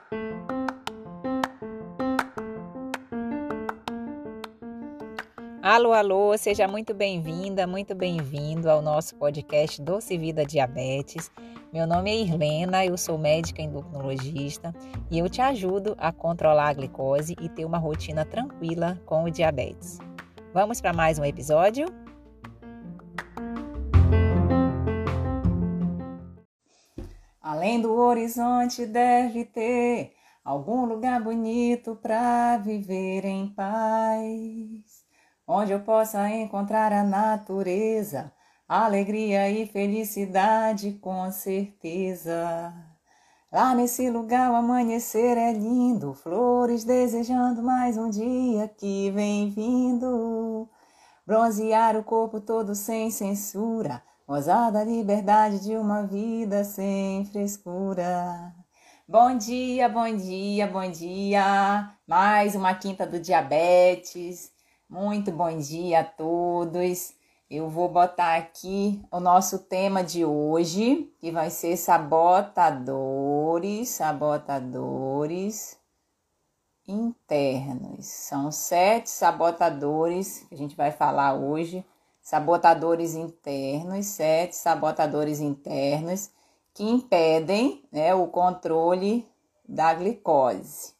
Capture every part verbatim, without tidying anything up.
Alô, alô, seja muito bem-vinda, muito bem-vindo ao nosso podcast Doce Vida Diabetes. Meu nome é Irlena, eu sou médica endocrinologista e eu te ajudo a controlar a glicose e ter uma rotina tranquila com o diabetes. Vamos para mais um episódio? Além do horizonte deve ter algum lugar bonito para viver em paz, onde eu possa encontrar a natureza, alegria e felicidade com certeza. Lá nesse lugar o amanhecer é lindo, flores desejando mais um dia que vem vindo. Bronzear o corpo todo sem censura, gozar da liberdade de uma vida sem frescura. Bom dia, bom dia, bom dia. Mais uma quinta do diabetes. Muito bom dia a todos. Eu vou botar aqui o nosso tema de hoje, que vai ser sabotadores, sabotadores internos. São sete sabotadores que a gente vai falar hoje. Sabotadores internos, sete sabotadores internos que impedem, né, o controle da glicose.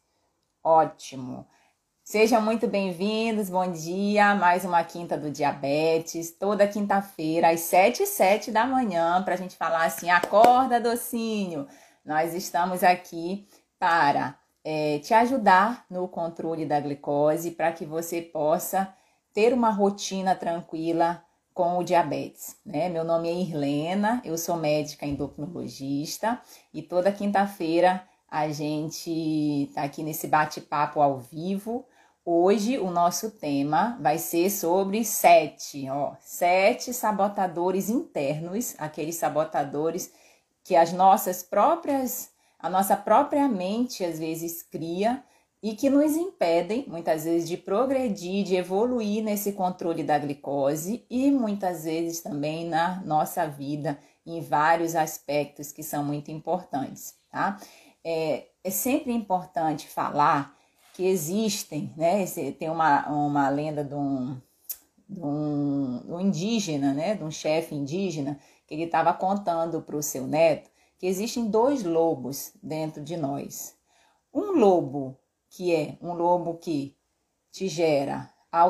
Ótimo! Sejam muito bem-vindos, bom dia, mais uma quinta do diabetes, toda quinta-feira, às sete e sete da manhã, para a gente falar assim, acorda docinho, nós estamos aqui para é, te ajudar no controle da glicose, para que você possa ter uma rotina tranquila com o diabetes, né? Meu nome é Irlena, eu sou médica endocrinologista e toda quinta-feira a gente está aqui nesse bate-papo ao vivo. Hoje o nosso tema vai ser sobre sete, ó, sete sabotadores internos, aqueles sabotadores que as nossas próprias, a nossa própria mente às vezes cria e que nos impedem muitas vezes de progredir, de evoluir nesse controle da glicose e muitas vezes também na nossa vida em vários aspectos que são muito importantes, tá? É, é sempre importante falar que existem, né? Tem uma, uma lenda de um, de, um, de um indígena, né? De um chefe indígena, que ele estava contando para o seu neto que existem dois lobos dentro de nós. Um lobo que é um lobo que te gera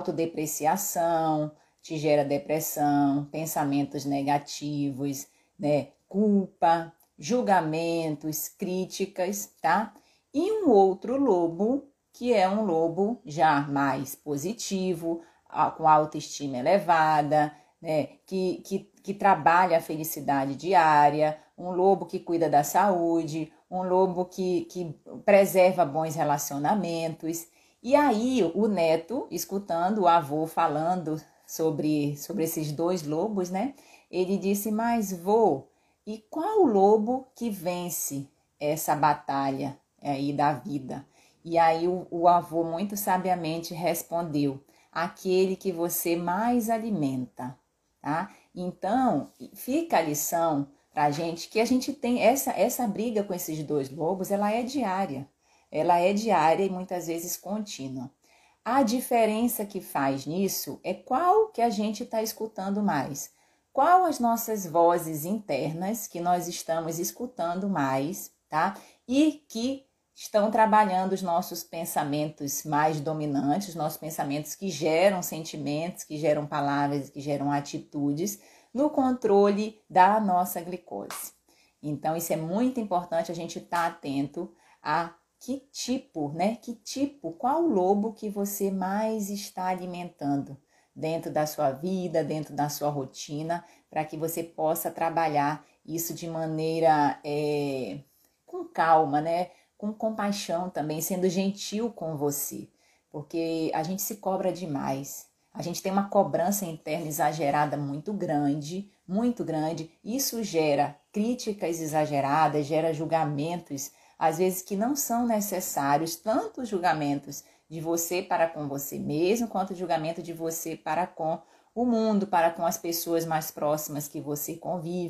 autodepreciação, te gera depressão, pensamentos negativos, né? Culpa, julgamentos, críticas, tá? E um outro lobo que é um lobo já mais positivo, com autoestima elevada, né? que, que, que trabalha a felicidade diária, um lobo que cuida da saúde, um lobo que, que preserva bons relacionamentos. E aí o neto, escutando o avô falando sobre, sobre esses dois lobos, né? Ele disse, mas vô, e qual lobo que vence essa batalha aí da vida? E aí o, o avô muito sabiamente respondeu, aquele que você mais alimenta, tá? Então, fica a lição pra gente que a gente tem essa, essa briga com esses dois lobos, ela é diária. Ela é diária e muitas vezes contínua. A diferença que faz nisso é qual que a gente está escutando mais. Qual as nossas vozes internas que nós estamos escutando mais, tá? E que estão trabalhando os nossos pensamentos mais dominantes, os nossos pensamentos que geram sentimentos, que geram palavras, que geram atitudes no controle da nossa glicose. Então, isso é muito importante a gente estar atento a que tipo, né? Que tipo, qual lobo que você mais está alimentando dentro da sua vida, dentro da sua rotina, para que você possa trabalhar isso de maneira é, com calma, né? Com compaixão também, sendo gentil com você, porque a gente se cobra demais. A gente tem uma cobrança interna exagerada muito grande, muito grande. Isso gera críticas exageradas, gera julgamentos, às vezes que não são necessários, tanto julgamentos de você para com você mesmo, quanto julgamento de você para com o mundo, para com as pessoas mais próximas que você convive.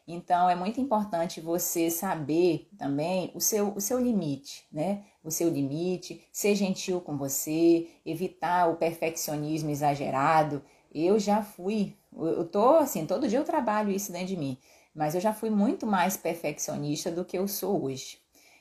Então, é muito importante você saber também o seu, o seu limite, né? O seu limite, ser gentil com você, evitar o perfeccionismo exagerado. Eu já fui, eu tô assim, todo dia eu trabalho isso dentro de mim, mas eu já fui muito mais perfeccionista do que eu sou hoje.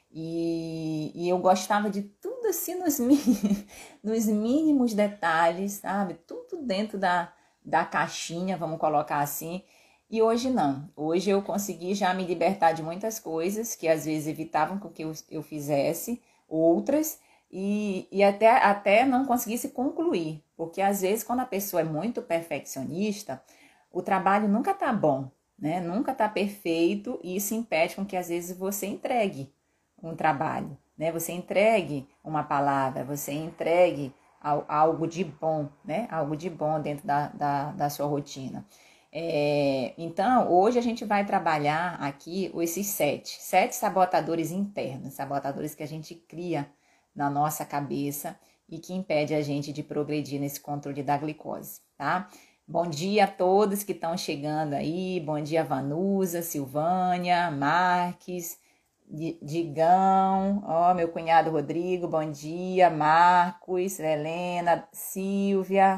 E, e eu gostava de tudo assim nos, nos mínimos detalhes, sabe? Tudo dentro da, da caixinha, vamos colocar assim. E hoje não. Hoje eu consegui já me libertar de muitas coisas que às vezes evitavam que eu, eu fizesse, outras, e, e até, até não conseguisse concluir. Porque às vezes quando a pessoa é muito perfeccionista, o trabalho nunca tá bom, né? Nunca tá perfeito e isso impede com que às vezes você entregue um trabalho, né? Você entregue uma palavra, você entregue algo de bom, né? Algo de bom dentro da, da, da sua rotina. É, então, hoje a gente vai trabalhar aqui esses sete, sete sabotadores internos, sabotadores que a gente cria na nossa cabeça e que impede a gente de progredir nesse controle da glicose, tá? Bom dia a todos que estão chegando aí, bom dia Vanusa, Silvânia, Marques, Digão, ó, meu cunhado Rodrigo, bom dia, Marcos, Helena, Silvia,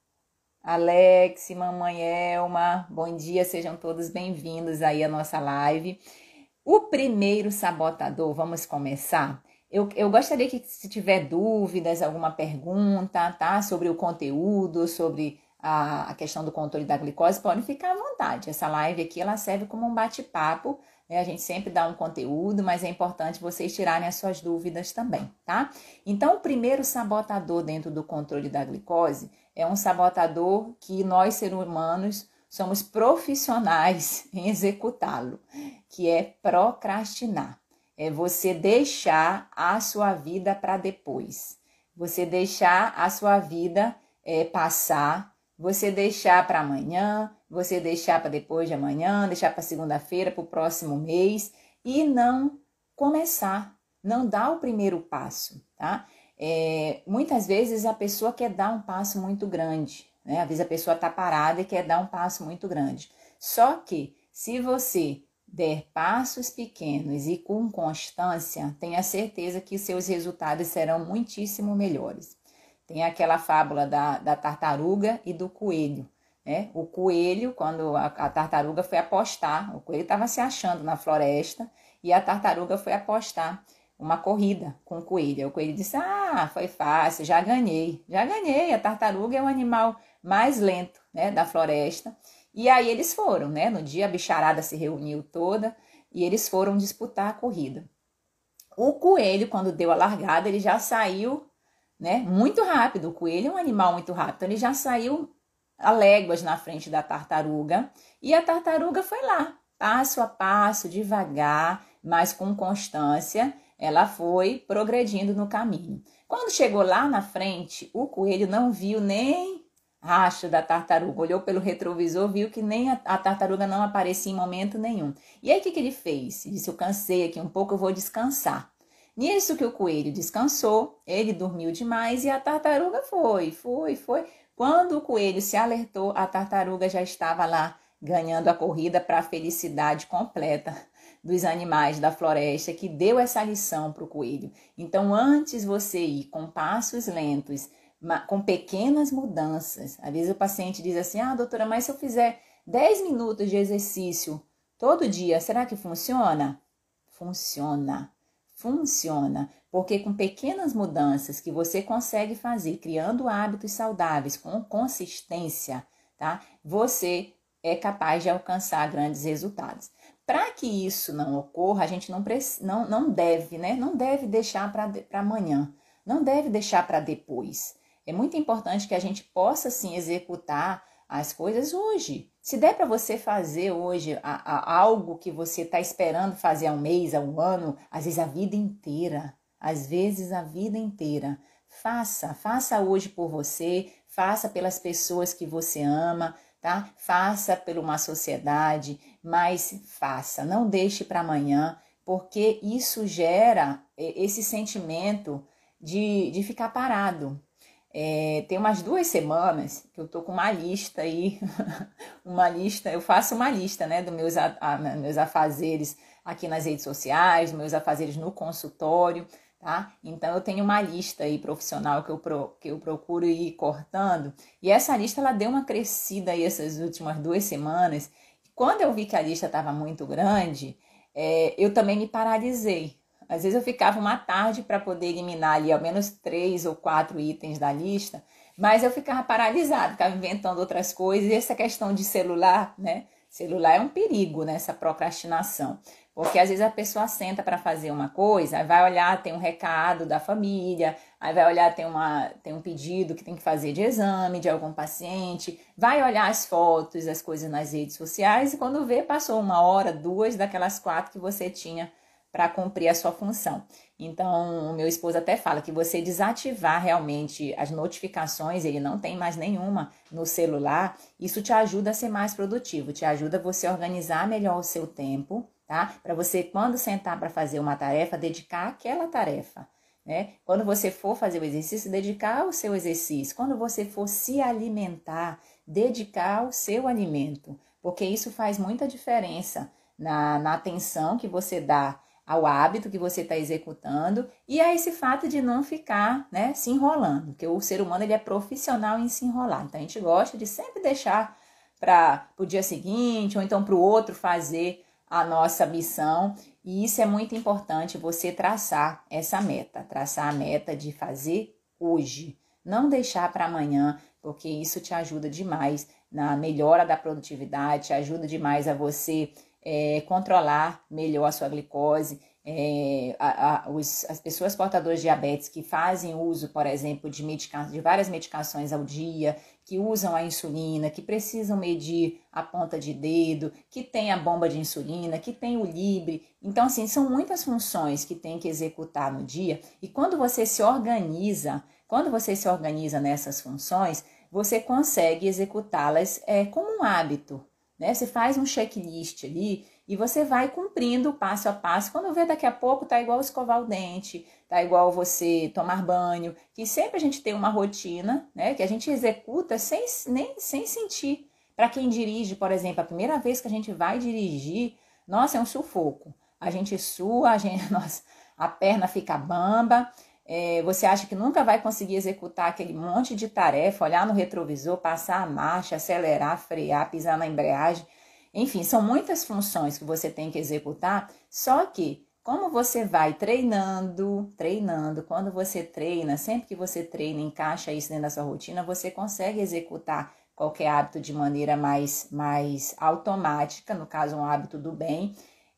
Alex, mamãe Elma, bom dia, sejam todos bem-vindos aí à nossa live. O primeiro sabotador, vamos começar? Eu, eu gostaria que, se tiver dúvidas, alguma pergunta, tá? Sobre o conteúdo, sobre a, a questão do controle da glicose, podem ficar à vontade. Essa live aqui, ela serve como um bate-papo, né? A gente sempre dá um conteúdo, mas é importante vocês tirarem as suas dúvidas também, tá? Então, o primeiro sabotador dentro do controle da glicose é um sabotador que nós, seres humanos, somos profissionais em executá-lo, que é procrastinar. É você deixar a sua vida para depois. Você deixar a sua vida é, passar, você deixar para amanhã, você deixar para depois de amanhã, deixar para segunda-feira, para o próximo mês e não começar, não dar o primeiro passo, tá? É, muitas vezes a pessoa quer dar um passo muito grande, né? Às vezes a pessoa está parada e quer dar um passo muito grande. Só que se você der passos pequenos e com constância, tenha certeza que seus resultados serão muitíssimo melhores. Tem aquela fábula da, da tartaruga e do coelho, né? O coelho, quando a, a tartaruga foi apostar, o coelho estava se achando na floresta e a tartaruga foi apostar uma corrida com o coelho. O coelho disse, ah, foi fácil, já ganhei, já ganhei. A tartaruga é o animal mais lento, né, da floresta. E aí eles foram, né, no dia a bicharada se reuniu toda e eles foram disputar a corrida. O coelho, quando deu a largada, ele já saiu, né, muito rápido. O coelho é um animal muito rápido, então ele já saiu a léguas na frente da tartaruga e a tartaruga foi lá, passo a passo, devagar, mas com constância, ela foi progredindo no caminho. Quando chegou lá na frente, o coelho não viu nem rastro da tartaruga. Olhou pelo retrovisor, viu que nem a, a tartaruga não aparecia em momento nenhum. E aí o que, que ele fez? Ele disse, eu cansei aqui um pouco, eu vou descansar. Nisso que o coelho descansou, ele dormiu demais e a tartaruga foi, foi, foi. Quando o coelho se alertou, a tartaruga já estava lá ganhando a corrida para a felicidade completa dos animais da floresta, que deu essa lição para o coelho. Então, antes você ir com passos lentos, com pequenas mudanças, às vezes o paciente diz assim, ah, doutora, mas se eu fizer dez minutos de exercício todo dia, será que funciona? Funciona, funciona, porque com pequenas mudanças que você consegue fazer, criando hábitos saudáveis com consistência, tá? Você é capaz de alcançar grandes resultados. Para que isso não ocorra, a gente não, não, não deve, né? Não deve deixar para amanhã, não deve deixar para depois. É muito importante que a gente possa, sim, executar as coisas hoje. Se der para você fazer hoje a, a, algo que você está esperando fazer há um mês, há um ano, às vezes a vida inteira, às vezes a vida inteira, faça, faça hoje por você, faça pelas pessoas que você ama, tá? Faça por uma sociedade, mas faça, não deixe para amanhã, porque isso gera esse sentimento de, de ficar parado. É, tem umas duas semanas que eu tô com uma lista aí, uma lista, eu faço uma lista, né, dos meus, a, a, meus afazeres aqui nas redes sociais, meus afazeres no consultório, tá? Então eu tenho uma lista aí profissional que eu, pro, que eu procuro ir cortando, e essa lista ela deu uma crescida aí essas últimas duas semanas. Quando eu vi que a lista estava muito grande, é, eu também me paralisei. Às vezes eu ficava uma tarde para poder eliminar ali ao menos três ou quatro itens da lista, mas eu ficava paralisada, ficava inventando outras coisas. E essa questão de celular, né? Celular é um perigo nessa procrastinação, porque às vezes a pessoa senta para fazer uma coisa, aí vai olhar, tem um recado da família, aí vai olhar, tem, uma, tem um pedido que tem que fazer de exame de algum paciente, vai olhar as fotos, as coisas nas redes sociais, e quando vê, passou uma hora, duas daquelas quatro que você tinha para cumprir a sua função. Então, o meu esposo até fala que você desativar realmente as notificações, ele não tem mais nenhuma no celular, isso te ajuda a ser mais produtivo, te ajuda a você organizar melhor o seu tempo, tá? Para você, quando sentar para fazer uma tarefa, dedicar àquela tarefa, né? Quando você for fazer o exercício, dedicar ao seu exercício. Quando você for se alimentar, dedicar ao seu alimento, porque isso faz muita diferença na, na atenção que você dá ao hábito que você está executando e a esse fato de não ficar, né, se enrolando, porque o ser humano ele é profissional em se enrolar, então a gente gosta de sempre deixar para o dia seguinte ou então para o outro fazer a nossa missão, e isso é muito importante, você traçar essa meta, traçar a meta de fazer hoje, não deixar para amanhã, porque isso te ajuda demais na melhora da produtividade, te ajuda demais a você É, controlar melhor a sua glicose. É, a, a, os, as pessoas portadoras de diabetes que fazem uso, por exemplo, de, medica de várias medicações ao dia, que usam a insulina, que precisam medir a ponta de dedo, que tem a bomba de insulina, que tem o Libre. Então, assim, são muitas funções que tem que executar no dia, e quando você se organiza, quando você se organiza nessas funções, você consegue executá-las é, como um hábito. Né? Você faz um checklist ali e você vai cumprindo passo a passo. Quando vê daqui a pouco, tá igual escovar o dente, tá igual você tomar banho, que sempre a gente tem uma rotina, né? Que a gente executa sem, nem, sem sentir. Para quem dirige, por exemplo, a primeira vez que a gente vai dirigir, nossa, é um sufoco. A gente sua, a, gente, nossa, a perna fica bamba. É, você acha que nunca vai conseguir executar aquele monte de tarefa, olhar no retrovisor, passar a marcha, acelerar, frear, pisar na embreagem. Enfim, são muitas funções que você tem que executar, só que como você vai treinando, treinando, quando você treina, sempre que você treina, encaixa isso dentro da sua rotina, você consegue executar qualquer hábito de maneira mais, mais automática, no caso um hábito do bem,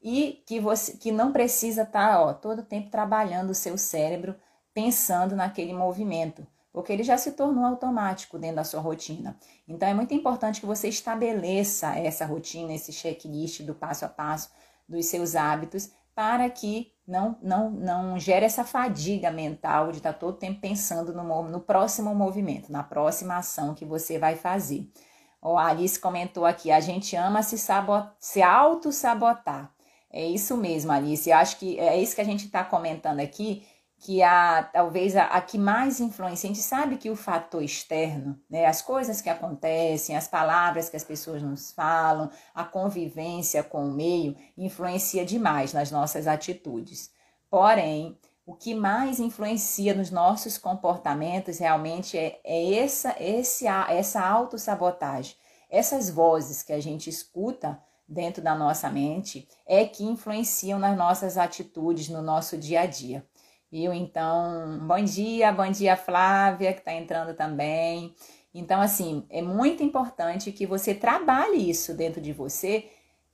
e que, você, que não precisa estar ó, todo o tempo trabalhando o seu cérebro, pensando naquele movimento, porque ele já se tornou automático dentro da sua rotina. Então é muito importante que você estabeleça essa rotina, esse checklist do passo a passo dos seus hábitos, para que não, não, não gere essa fadiga mental de estar todo o tempo pensando no, no próximo movimento, na próxima ação que você vai fazer. Ó, a Alice comentou aqui, a gente ama se, se auto-sabotar. É isso mesmo, Alice, eu acho que é isso que a gente está comentando aqui, que a, talvez a, a que mais influencia, a gente sabe que o fator externo, né, as coisas que acontecem, as palavras que as pessoas nos falam, a convivência com o meio, influencia demais nas nossas atitudes. Porém, o que mais influencia nos nossos comportamentos realmente é, é essa, esse, essa autossabotagem, essas vozes que a gente escuta dentro da nossa mente é que influenciam nas nossas atitudes no nosso dia a dia. Viu? Então, bom dia, bom dia Flávia, que está entrando também. Então, assim, é muito importante que você trabalhe isso dentro de você,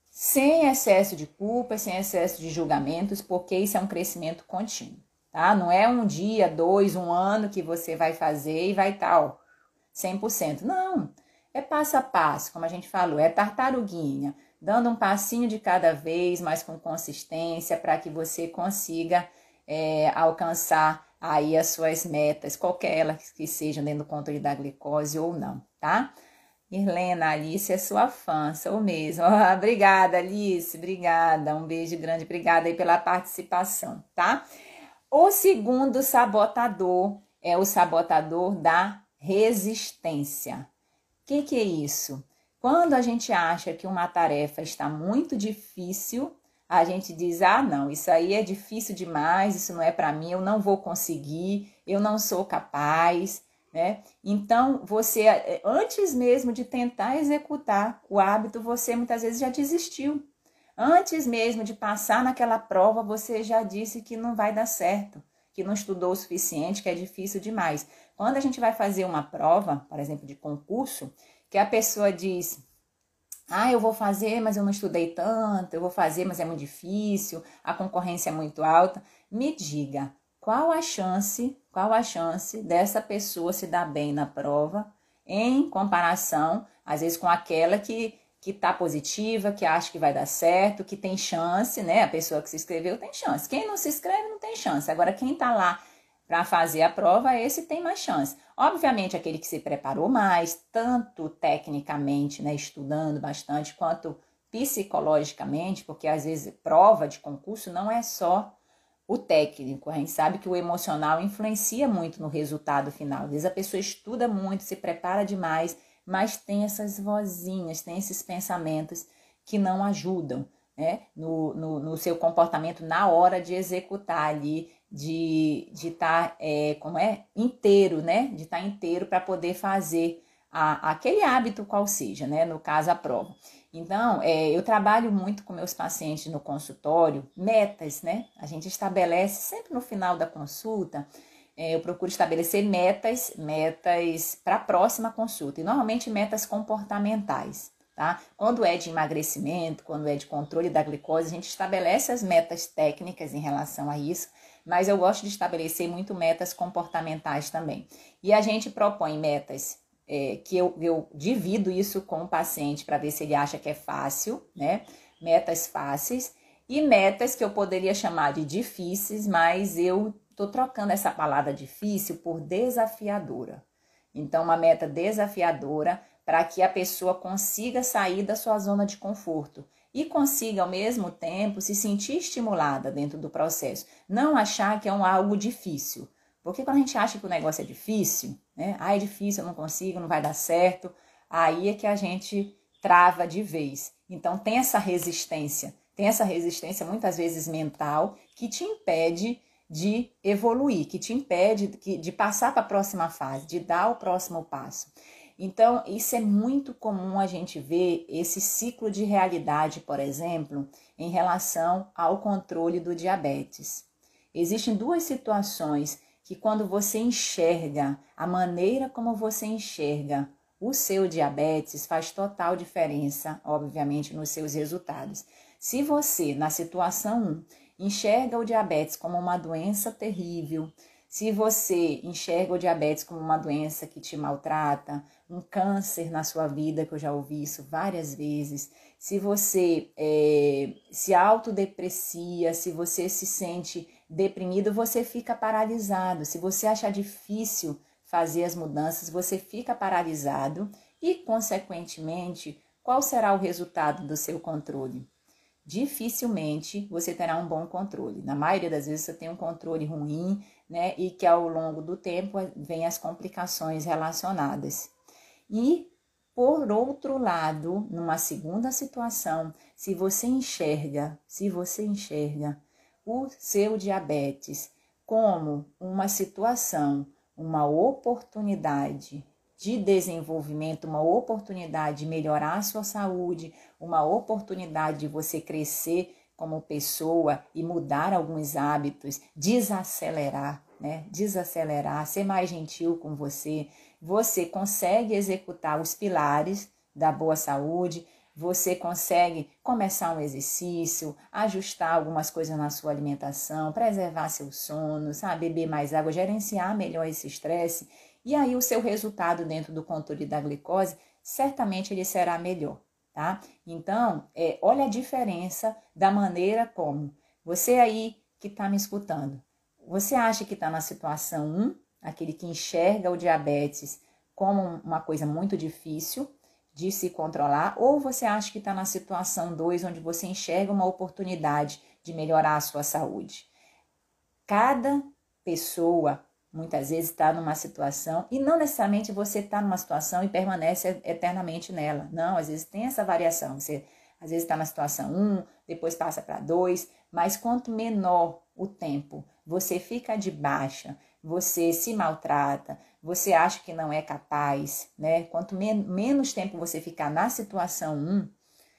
sem excesso de culpa, sem excesso de julgamentos, porque isso é um crescimento contínuo, tá? Não é um dia, dois, um ano que você vai fazer e vai estar, ó, cem por cento. Não, é passo a passo, como a gente falou, é tartaruguinha, dando um passinho de cada vez, mas com consistência, para que você consiga É, alcançar aí as suas metas, qualquer elas que sejam dentro do controle da glicose ou não, tá? Irlena, Alice é sua fã, sou mesmo. Obrigada, Alice, obrigada, um beijo grande, obrigada aí pela participação, tá? O segundo sabotador é o sabotador da resistência. O que, que é isso? Quando a gente acha que uma tarefa está muito difícil, a gente diz, ah, não, isso aí é difícil demais, isso não é para mim, eu não vou conseguir, eu não sou capaz, né? Então, você, antes mesmo de tentar executar o hábito, você muitas vezes já desistiu. Antes mesmo de passar naquela prova, você já disse que não vai dar certo, que não estudou o suficiente, que é difícil demais. Quando a gente vai fazer uma prova, por exemplo, de concurso, que a pessoa diz, ah, eu vou fazer, mas eu não estudei tanto, eu vou fazer, mas é muito difícil, a concorrência é muito alta. Me diga, qual a chance, qual a chance dessa pessoa se dar bem na prova em comparação, às vezes, com aquela que que tá positiva, que acha que vai dar certo, que tem chance, né? A pessoa que se inscreveu tem chance. Quem não se inscreve não tem chance. Agora, quem tá lá para fazer a prova, esse tem mais chance. Obviamente, aquele que se preparou mais, tanto tecnicamente, né, estudando bastante, quanto psicologicamente, porque às vezes prova de concurso não é só o técnico, a gente sabe que o emocional influencia muito no resultado final. Às vezes a pessoa estuda muito, se prepara demais, mas tem essas vozinhas, tem esses pensamentos que não ajudam, né, no, no, no seu comportamento na hora de executar ali, de estar, tá, é, como é, inteiro, né, de estar tá inteiro para poder fazer a, aquele hábito qual seja, né, no caso a prova. Então, é, eu trabalho muito com meus pacientes no consultório, metas, né, a gente estabelece sempre no final da consulta, é, eu procuro estabelecer metas, metas para a próxima consulta, e normalmente metas comportamentais. Tá? Quando é de emagrecimento, quando é de controle da glicose, a gente estabelece as metas técnicas em relação a isso, mas eu gosto de estabelecer muito metas comportamentais também. E a gente propõe metas é, que eu, eu divido isso com o paciente para ver se ele acha que é fácil, né? Metas fáceis e metas que eu poderia chamar de difíceis, mas eu estou trocando essa palavra difícil por desafiadora. Então, uma meta desafiadora para que a pessoa consiga sair da sua zona de conforto e consiga, ao mesmo tempo, se sentir estimulada dentro do processo. Não achar que é um algo difícil. Porque quando a gente acha que o negócio é difícil, né? Ah, é difícil, eu não consigo, não vai dar certo, aí é que a gente trava de vez. Então, tem essa resistência. Tem essa resistência, muitas vezes, mental, que te impede de evoluir, que te impede de passar para a próxima fase, de dar o próximo passo. Então, isso é muito comum a gente ver esse ciclo de realidade, por exemplo, em relação ao controle do diabetes. Existem duas situações que quando você enxerga, a maneira como você enxerga o seu diabetes faz total diferença, obviamente, nos seus resultados. Se você, na situação um, enxerga o diabetes como uma doença terrível, se você enxerga o diabetes como uma doença que te maltrata, um câncer na sua vida, que eu já ouvi isso várias vezes, se você é, se autodeprecia, se você se sente deprimido, você fica paralisado. Se você achar difícil fazer as mudanças, você fica paralisado e, consequentemente, qual será o resultado do seu controle? Dificilmente você terá um bom controle. Na maioria das vezes você tem um controle ruim, né? E que ao longo do tempo vem as complicações relacionadas. E, por outro lado, numa segunda situação, se você enxerga, se você enxerga o seu diabetes como uma situação, uma oportunidade de desenvolvimento, uma oportunidade de melhorar a sua saúde, uma oportunidade de você crescer como pessoa e mudar alguns hábitos, desacelerar, né? Desacelerar, ser mais gentil com você. Você consegue executar os pilares da boa saúde, você consegue começar um exercício, ajustar algumas coisas na sua alimentação, preservar seu sono, sabe? Beber mais água, gerenciar melhor esse estresse. E aí o seu resultado dentro do controle da glicose, certamente ele será melhor, tá? Então, é, olha a diferença da maneira como você aí que está me escutando, você acha que está na situação um, aquele que enxerga o diabetes como uma coisa muito difícil de se controlar, ou você acha que está na situação dois, onde você enxerga uma oportunidade de melhorar a sua saúde. Cada pessoa muitas vezes está numa situação, e não necessariamente você está numa situação e permanece eternamente nela. Não, às vezes tem essa variação. Você às vezes está na situação um, depois passa para dois, mas quanto menor o tempo, você fica de baixa, você se maltrata, você acha que não é capaz, né? Quanto men menos tempo você ficar na situação um,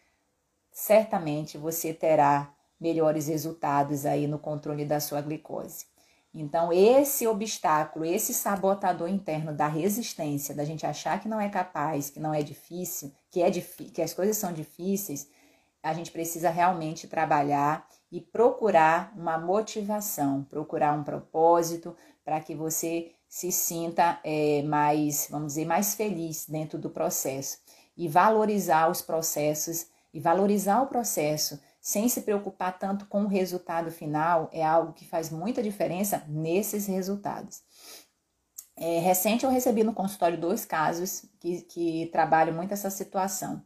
certamente você terá melhores resultados aí no controle da sua glicose. Então, esse obstáculo, esse sabotador interno da resistência, da gente achar que não é capaz, que não é difícil, que, é que as coisas são difíceis, a gente precisa realmente trabalhar e procurar uma motivação, procurar um propósito para que você se sinta é, mais, vamos dizer, mais feliz dentro do processo e valorizar os processos e valorizar o processo sem se preocupar tanto com o resultado final é algo que faz muita diferença nesses resultados. É, recente eu recebi no consultório dois casos que, que trabalham muito essa situação.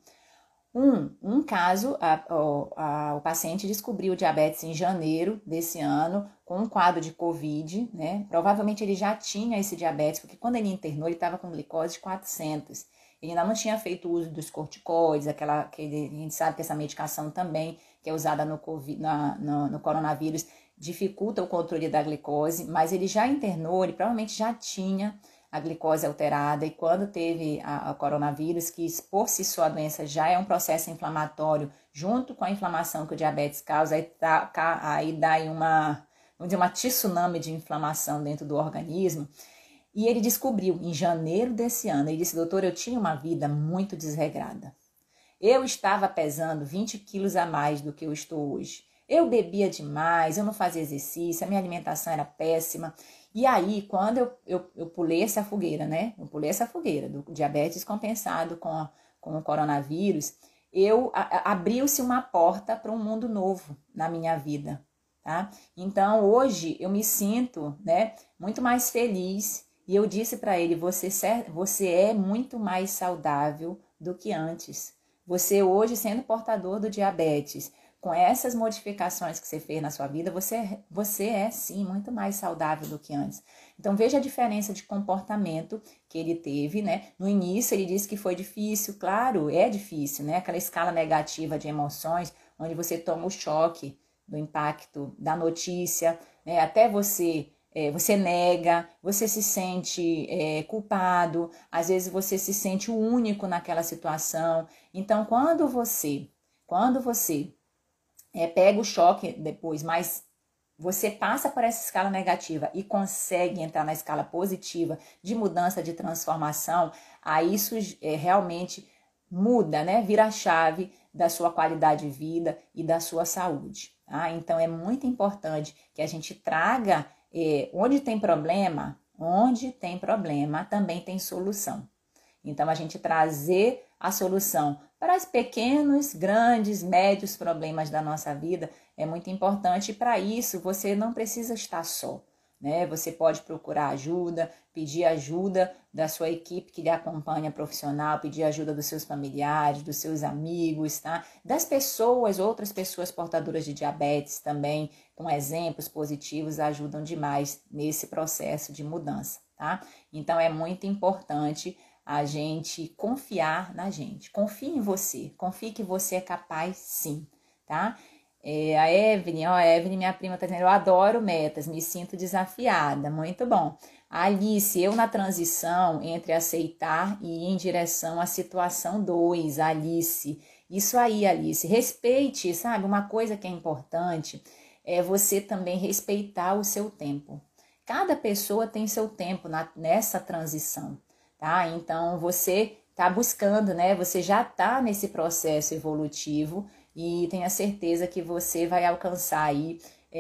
Um, um caso, a, a, a, o paciente descobriu diabetes em janeiro desse ano, com um quadro de Covid, né? Provavelmente ele já tinha esse diabetes, porque quando ele internou, ele estava com glicose de quatrocentos. Ele ainda não tinha feito uso dos corticoides, aquela, aquele, a gente sabe que essa medicação também, que é usada no, COVID, na, no, no coronavírus, dificulta o controle da glicose, mas ele já internou, ele provavelmente já tinha a glicose alterada, e quando teve a, a coronavírus, que por si só a doença já é um processo inflamatório, junto com a inflamação que o diabetes causa, aí, tá, aí dá uma, vamos dizer, uma tsunami de inflamação dentro do organismo, e ele descobriu em janeiro desse ano, ele disse, doutor, eu tinha uma vida muito desregrada. Eu estava pesando vinte quilos a mais do que eu estou hoje. Eu bebia demais, eu não fazia exercício, a minha alimentação era péssima. E aí, quando eu, eu, eu pulei essa fogueira, né? Eu pulei essa fogueira do diabetes compensado com, com o coronavírus, eu abriu-se uma porta para um mundo novo na minha vida, tá? Então, hoje eu me sinto, né, muito mais feliz. E eu disse para ele, você, você é muito mais saudável do que antes. Você hoje, sendo portador do diabetes, com essas modificações que você fez na sua vida, você, você é sim muito mais saudável do que antes. Então veja a diferença de comportamento que ele teve, né? No início ele disse que foi difícil, claro, é difícil, né? Aquela escala negativa de emoções, onde você toma o choque do impacto da notícia, né? Até você... É, você nega, você se sente é, culpado, às vezes você se sente o único naquela situação. Então, quando você, quando você é, pega o choque depois, mas você passa por essa escala negativa e consegue entrar na escala positiva de mudança, de transformação, aí isso é, realmente muda, né? Vira a chave da sua qualidade de vida e da sua saúde. Tá? Então, é muito importante que a gente traga É, onde tem problema, onde tem problema, também tem solução. Então, a gente trazer a solução para os pequenos, grandes, médios problemas da nossa vida é muito importante. E para isso, você não precisa estar só, né? Você pode procurar ajuda, pedir ajuda da sua equipe que lhe acompanha profissional, pedir ajuda dos seus familiares, dos seus amigos, tá? Das pessoas, outras pessoas portadoras de diabetes também, com exemplos positivos, ajudam demais nesse processo de mudança, tá? Então, é muito importante a gente confiar na gente. Confie em você, confie que você é capaz sim, tá? É, a Evelyn, ó, a Evelyn, minha prima, tá dizendo, eu adoro metas, me sinto desafiada, muito bom. A Alice, eu na transição entre aceitar e ir em direção à situação dois, Alice. Isso aí, Alice, respeite, sabe? Uma coisa que é importante é você também respeitar o seu tempo. Cada pessoa tem seu tempo na, nessa transição, tá? Então, você tá buscando, né? Você já tá nesse processo evolutivo e tenha certeza que você vai alcançar aí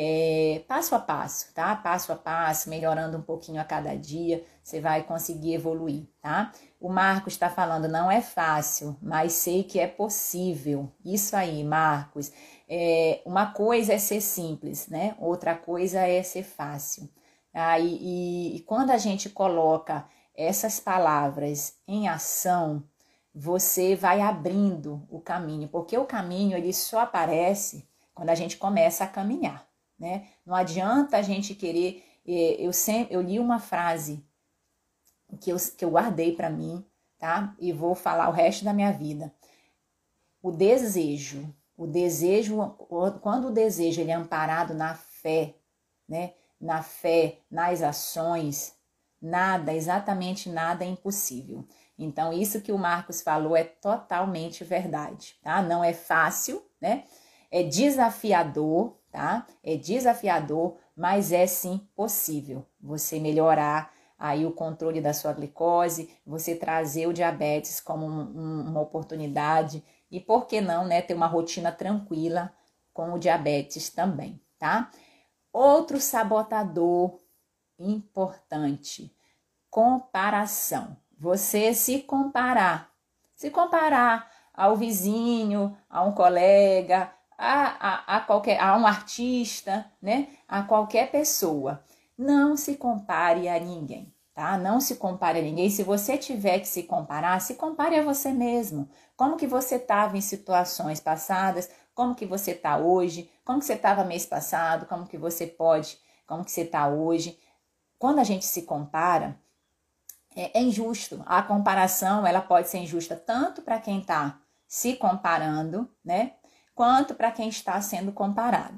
é, passo a passo, tá? Passo a passo, melhorando um pouquinho a cada dia, você vai conseguir evoluir, tá? O Marcos está falando, não é fácil, mas sei que é possível. Isso aí, Marcos. É, uma coisa é ser simples, né? Outra coisa é ser fácil. Ah, e, e, e quando a gente coloca essas palavras em ação, você vai abrindo o caminho, porque o caminho ele só aparece quando a gente começa a caminhar, né? Não adianta a gente querer Eu sempre, eu li uma frase que eu, que eu guardei para mim, tá? E vou falar o resto da minha vida. O desejo, o desejo, quando o desejo ele é amparado na fé, né? Na fé, nas ações, nada, exatamente nada é impossível. Então, isso que o Marcos falou é totalmente verdade, tá? Não é fácil, né? É desafiador, tá? É desafiador, mas é sim possível você melhorar aí o controle da sua glicose, você trazer o diabetes como um, um, uma oportunidade e, por que não, né, ter uma rotina tranquila com o diabetes também, tá? Outro sabotador importante, comparação. Você se comparar, se comparar ao vizinho, a um colega, a, a, a, qualquer, a um artista, né? A qualquer pessoa. Não se compare a ninguém, tá? Não se compare a ninguém. Se você tiver que se comparar, se compare a você mesmo. Como que você estava em situações passadas, como que você está hoje, como que você estava mês passado, como que você pode, como que você está hoje. Quando a gente se compara, é, é injusto. A comparação, ela pode ser injusta tanto para quem está se comparando, né? Quanto para quem está sendo comparado.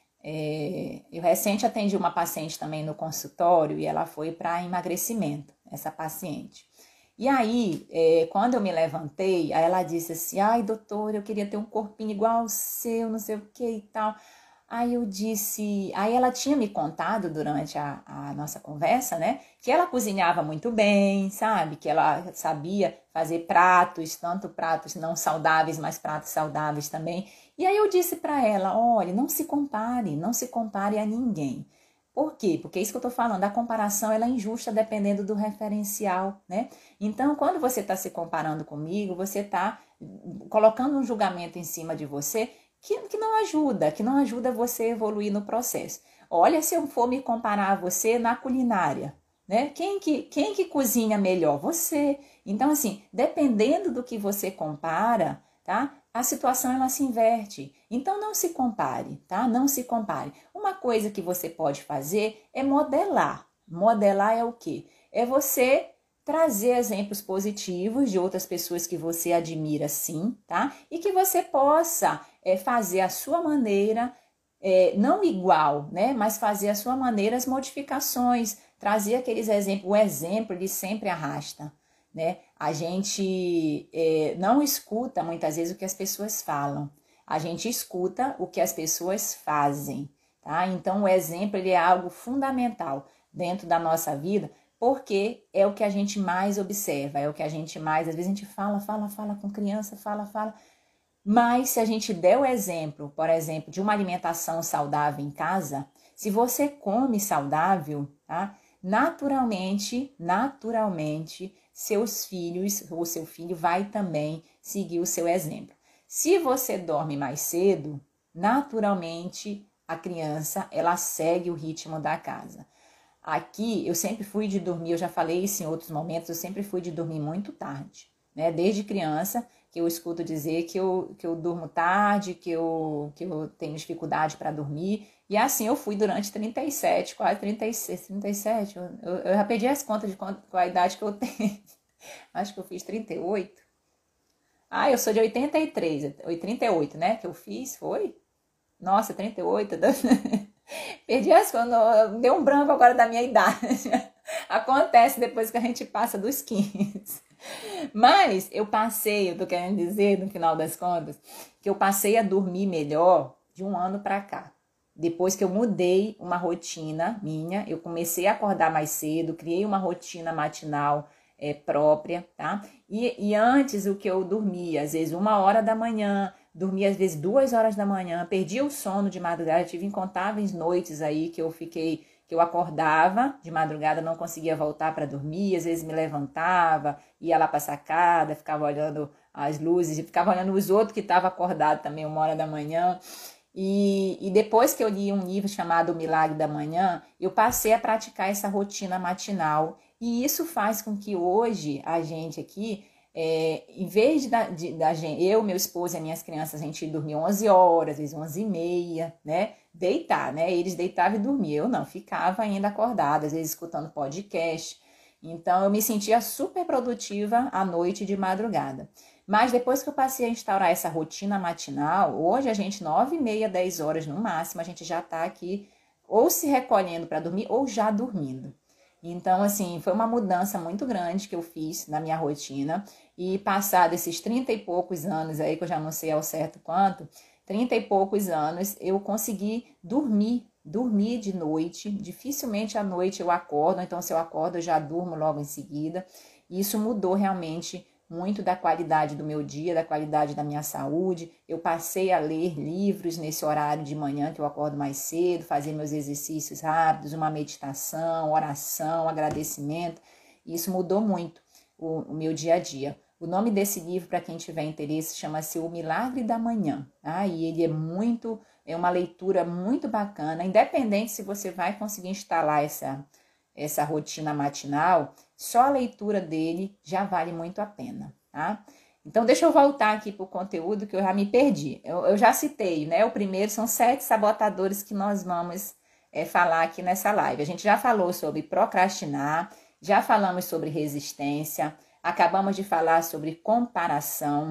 É, eu recente atendi uma paciente também no consultório e ela foi para emagrecimento, essa paciente. E aí, é, quando eu me levantei, aí ela disse assim, ai doutora, eu queria ter um corpinho igual ao seu, não sei o que e tal. Aí eu disse, aí ela tinha me contado durante a, a nossa conversa, né, que ela cozinhava muito bem, sabe, que ela sabia fazer pratos, tanto pratos não saudáveis, mas pratos saudáveis também. E aí eu disse para ela, olha, não se compare, não se compare a ninguém. Por quê? Porque é isso que eu tô falando, a comparação ela é injusta dependendo do referencial, né? Então, quando você está se comparando comigo, você está colocando um julgamento em cima de você que, que não ajuda, que não ajuda você a evoluir no processo. Olha, se eu for me comparar a você na culinária, né? Quem que, quem que cozinha melhor? Você. Então, assim, dependendo do que você compara, tá? A situação ela se inverte. Então não se compare, tá? Não se compare. Uma coisa que você pode fazer é modelar. Modelar é o quê? É você trazer exemplos positivos de outras pessoas que você admira, sim, tá? E que você possa é, fazer a sua maneira, é, não igual, né? Mas fazer a sua maneira as modificações, trazer aqueles exemplos. O exemplo ele sempre arrasta. Né? A gente é, não escuta muitas vezes o que as pessoas falam, a gente escuta o que as pessoas fazem, tá? Então o exemplo ele é algo fundamental dentro da nossa vida, porque é o que a gente mais observa, é o que a gente mais, às vezes a gente fala, fala, fala com criança, fala, fala, mas se a gente der o exemplo, por exemplo, de uma alimentação saudável em casa, se você come saudável, tá? Naturalmente, naturalmente, seus filhos, ou seu filho vai também seguir o seu exemplo. Se você dorme mais cedo, naturalmente a criança, ela segue o ritmo da casa. Aqui, eu sempre fui de dormir, eu já falei isso em outros momentos, eu sempre fui de dormir muito tarde, né? Desde criança, que eu escuto dizer que eu, que eu durmo tarde, que eu, que eu tenho dificuldade para dormir. E assim eu fui durante trinta e sete, quase trinta e seis, trinta e sete. Eu, eu, eu já perdi as contas de qual a idade que eu tenho. Acho que eu fiz trinta e oito. Ah, eu sou de oitenta e três, trinta e oito, né? Que eu fiz, foi? Nossa, trinta e oito. Perdi as contas, deu um branco agora da minha idade. Acontece depois que a gente passa dos quinze. Mas eu passei, eu tô querendo dizer, no final das contas, que eu passei a dormir melhor de um ano pra cá. Depois que eu mudei uma rotina minha, eu comecei a acordar mais cedo, criei uma rotina matinal é, própria, tá? E, e antes o que eu dormia, às vezes uma hora da manhã, dormia às vezes duas horas da manhã, perdia o sono de madrugada, tive incontáveis noites aí que eu fiquei, que eu acordava de madrugada, não conseguia voltar para dormir, às vezes me levantava, ia lá para a sacada, ficava olhando as luzes, e ficava olhando os outros que estavam acordados também uma hora da manhã. E, e depois que eu li um livro chamado O Milagre da Manhã, eu passei a praticar essa rotina matinal. E isso faz com que hoje a gente aqui, é, em vez de, da, de da gente, eu, meu esposo e minhas crianças, a gente dormir onze horas, às vezes onze e meia, né? deitar, né? Eles deitavam e dormiam, eu não, ficava ainda acordada, às vezes escutando podcast. Então, eu me sentia super produtiva à noite e de madrugada. Mas depois que eu passei a instaurar essa rotina matinal, hoje a gente, nove e meia, dez horas no máximo, a gente já tá aqui ou se recolhendo para dormir ou já dormindo. Então, assim, foi uma mudança muito grande que eu fiz na minha rotina. E passado esses trinta e poucos anos aí, que eu já não sei ao certo quanto, trinta e poucos anos, eu consegui dormir, dormir de noite. Dificilmente à noite eu acordo, então se eu acordo eu já durmo logo em seguida. E isso mudou realmente muito da qualidade do meu dia, da qualidade da minha saúde. Eu passei a ler livros nesse horário de manhã que eu acordo mais cedo, fazer meus exercícios rápidos, uma meditação, oração, agradecimento. E isso mudou muito o, o meu dia a dia. O nome desse livro, para quem tiver interesse, chama-se O Milagre da Manhã. Tá? E ele é muito, é uma leitura muito bacana, independente se você vai conseguir instalar essa, essa rotina matinal, só a leitura dele já vale muito a pena, tá? Então, deixa eu voltar aqui para o conteúdo que eu já me perdi. Eu, eu já citei, né? O primeiro são sete sabotadores que nós vamos é, falar aqui nessa live. A gente já falou sobre procrastinar, já falamos sobre resistência, acabamos de falar sobre comparação.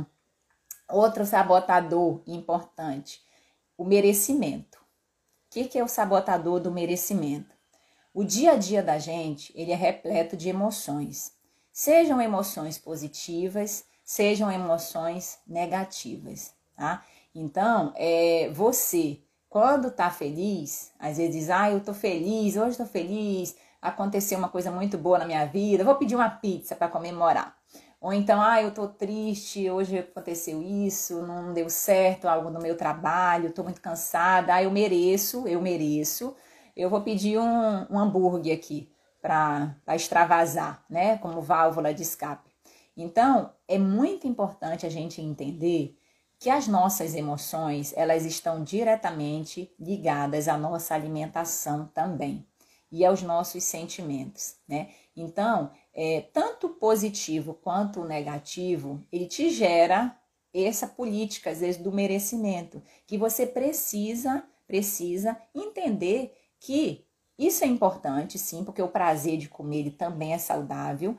Outro sabotador importante, o merecimento. O que, que é o sabotador do merecimento? O dia a dia da gente, ele é repleto de emoções. Sejam emoções positivas, sejam emoções negativas, tá? Então, é, você, quando tá feliz, às vezes diz, ah, eu tô feliz, hoje tô feliz, aconteceu uma coisa muito boa na minha vida, vou pedir uma pizza para comemorar. Ou então, ah, eu tô triste, hoje aconteceu isso, não deu certo algo no meu trabalho, tô muito cansada, ah, eu mereço, eu mereço. Eu vou pedir um, um hambúrguer aqui para extravasar, né? Como válvula de escape. Então, é muito importante a gente entender que as nossas emoções, elas estão diretamente ligadas à nossa alimentação também e aos nossos sentimentos, né? Então, é, tanto positivo quanto negativo, ele te gera essa política, às vezes, do merecimento, que você precisa, precisa entender que isso é importante, sim, porque o prazer de comer ele também é saudável,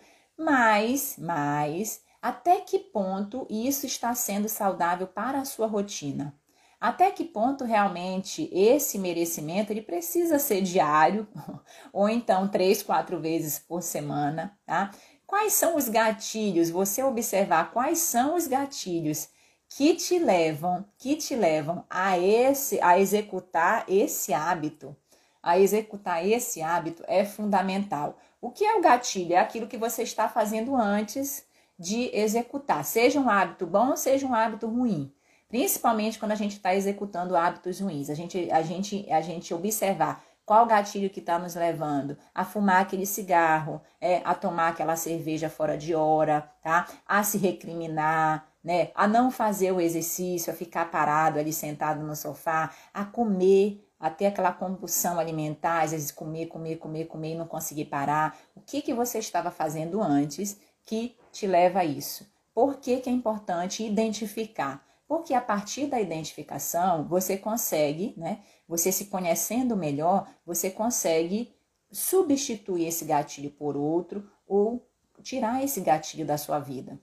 mas, mas até que ponto isso está sendo saudável para a sua rotina? Até que ponto realmente esse merecimento ele precisa ser diário ou então três, quatro vezes por semana, tá? Quais são os gatilhos? Você observar quais são os gatilhos que te levam, que te levam a esse, a executar esse hábito. A executar esse hábito é fundamental. O que é o gatilho? É aquilo que você está fazendo antes de executar. Seja um hábito bom, seja um hábito ruim. Principalmente quando a gente está executando hábitos ruins. A gente, a gente, a gente observar qual o gatilho que está nos levando a fumar aquele cigarro, é, a tomar aquela cerveja fora de hora, tá? A se recriminar, né? A não fazer o exercício, a ficar parado ali sentado no sofá, a comer, a ter aquela compulsão alimentar, às vezes comer, comer, comer, comer e não conseguir parar. O que, que você estava fazendo antes que te leva a isso? Por que, que é importante identificar? Porque a partir da identificação, você consegue, né? Você se conhecendo melhor, você consegue substituir esse gatilho por outro ou tirar esse gatilho da sua vida.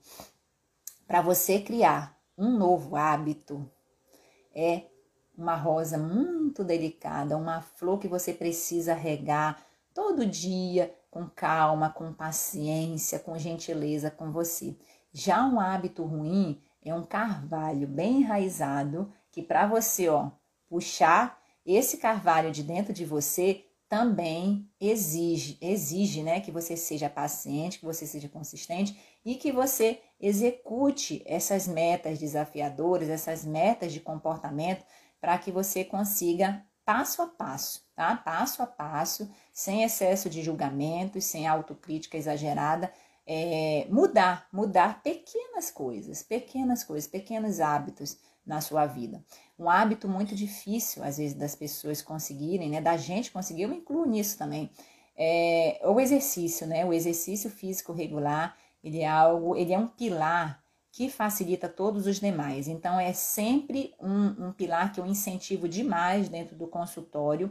Para você criar um novo hábito, é uma rosa muito delicada, uma flor que você precisa regar todo dia com calma, com paciência, com gentileza com você. Já um hábito ruim é um carvalho bem enraizado que para você, ó, puxar esse carvalho de dentro de você também exige, exige, né, que você seja paciente, que você seja consistente e que você execute essas metas desafiadoras, essas metas de comportamento para que você consiga passo a passo, tá? Passo a passo, sem excesso de julgamentos, sem autocrítica exagerada, é, mudar, mudar pequenas coisas, pequenas coisas, pequenos hábitos na sua vida. Um hábito muito difícil, às vezes, das pessoas conseguirem, né? Da gente conseguir, eu me incluo nisso também, é o exercício, né? O exercício físico regular, ele é algo, ele é um pilar que facilita todos os demais. Então, é sempre um, um pilar que eu incentivo demais dentro do consultório,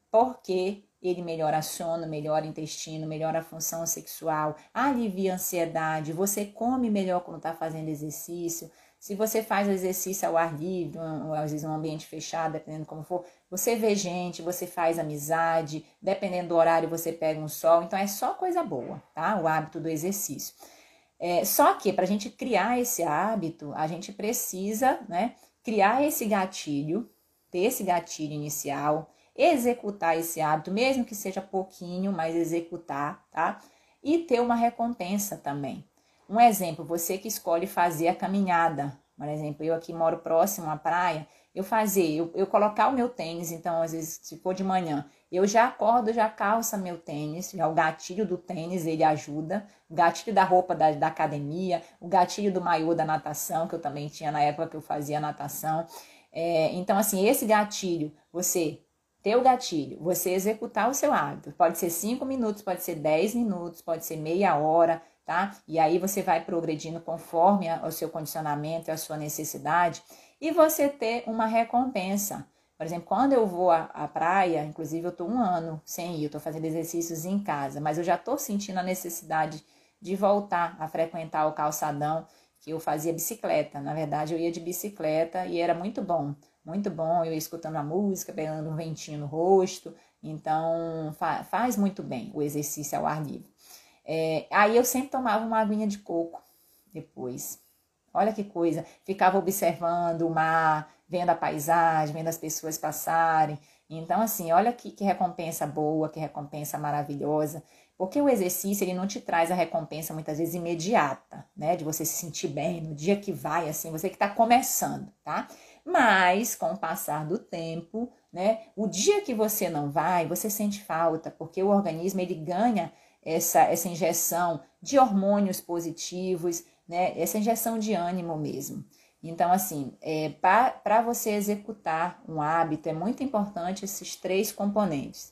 porque ele melhora sono, melhora intestino, melhora a função sexual, alivia a ansiedade, você come melhor quando está fazendo exercício. Se você faz o exercício ao ar livre, ou às vezes um ambiente fechado, dependendo como for, você vê gente, você faz amizade, dependendo do horário você pega um sol, então é só coisa boa, tá? O hábito do exercício. É, só que para a gente criar esse hábito, a gente precisa, né, criar esse gatilho, ter esse gatilho inicial, executar esse hábito, mesmo que seja pouquinho, mas executar, tá? E ter uma recompensa também. Um exemplo, você que escolhe fazer a caminhada, por exemplo, eu aqui moro próximo à praia, eu fazer, eu, eu colocar o meu tênis, então às vezes se for de manhã, eu já acordo, já calço meu tênis, já o gatilho do tênis ele ajuda, o gatilho da roupa da, da academia, o gatilho do maiô da natação, que eu também tinha na época que eu fazia natação. É, então assim, esse gatilho, você ter o gatilho, você executar o seu hábito, pode ser cinco minutos, pode ser dez minutos, pode ser meia hora, tá? E aí você vai progredindo conforme o seu condicionamento e a sua necessidade, e você ter uma recompensa. Por exemplo, quando eu vou à, à praia, inclusive eu tô um ano sem ir, eu tô fazendo exercícios em casa, mas eu já tô sentindo a necessidade de voltar a frequentar o calçadão, que eu fazia bicicleta. Na verdade, eu ia de bicicleta e era muito bom, muito bom. Eu ia escutando a música, pegando um ventinho no rosto, então fa- faz muito bem o exercício ao ar livre. É, aí eu sempre tomava uma aguinha de coco depois. Olha que coisa, ficava observando o mar, vendo a paisagem, vendo as pessoas passarem. Então, assim, olha que, que recompensa boa, que recompensa maravilhosa. Porque o exercício, ele não te traz a recompensa, muitas vezes, imediata, né? De você se sentir bem no dia que vai, assim, você que está começando, tá? Mas, com o passar do tempo, né? O dia que você não vai, você sente falta, porque o organismo, ele ganha essa, essa injeção de hormônios positivos, né? Essa injeção de ânimo mesmo. Então, assim, é, para você executar um hábito, é muito importante esses três componentes.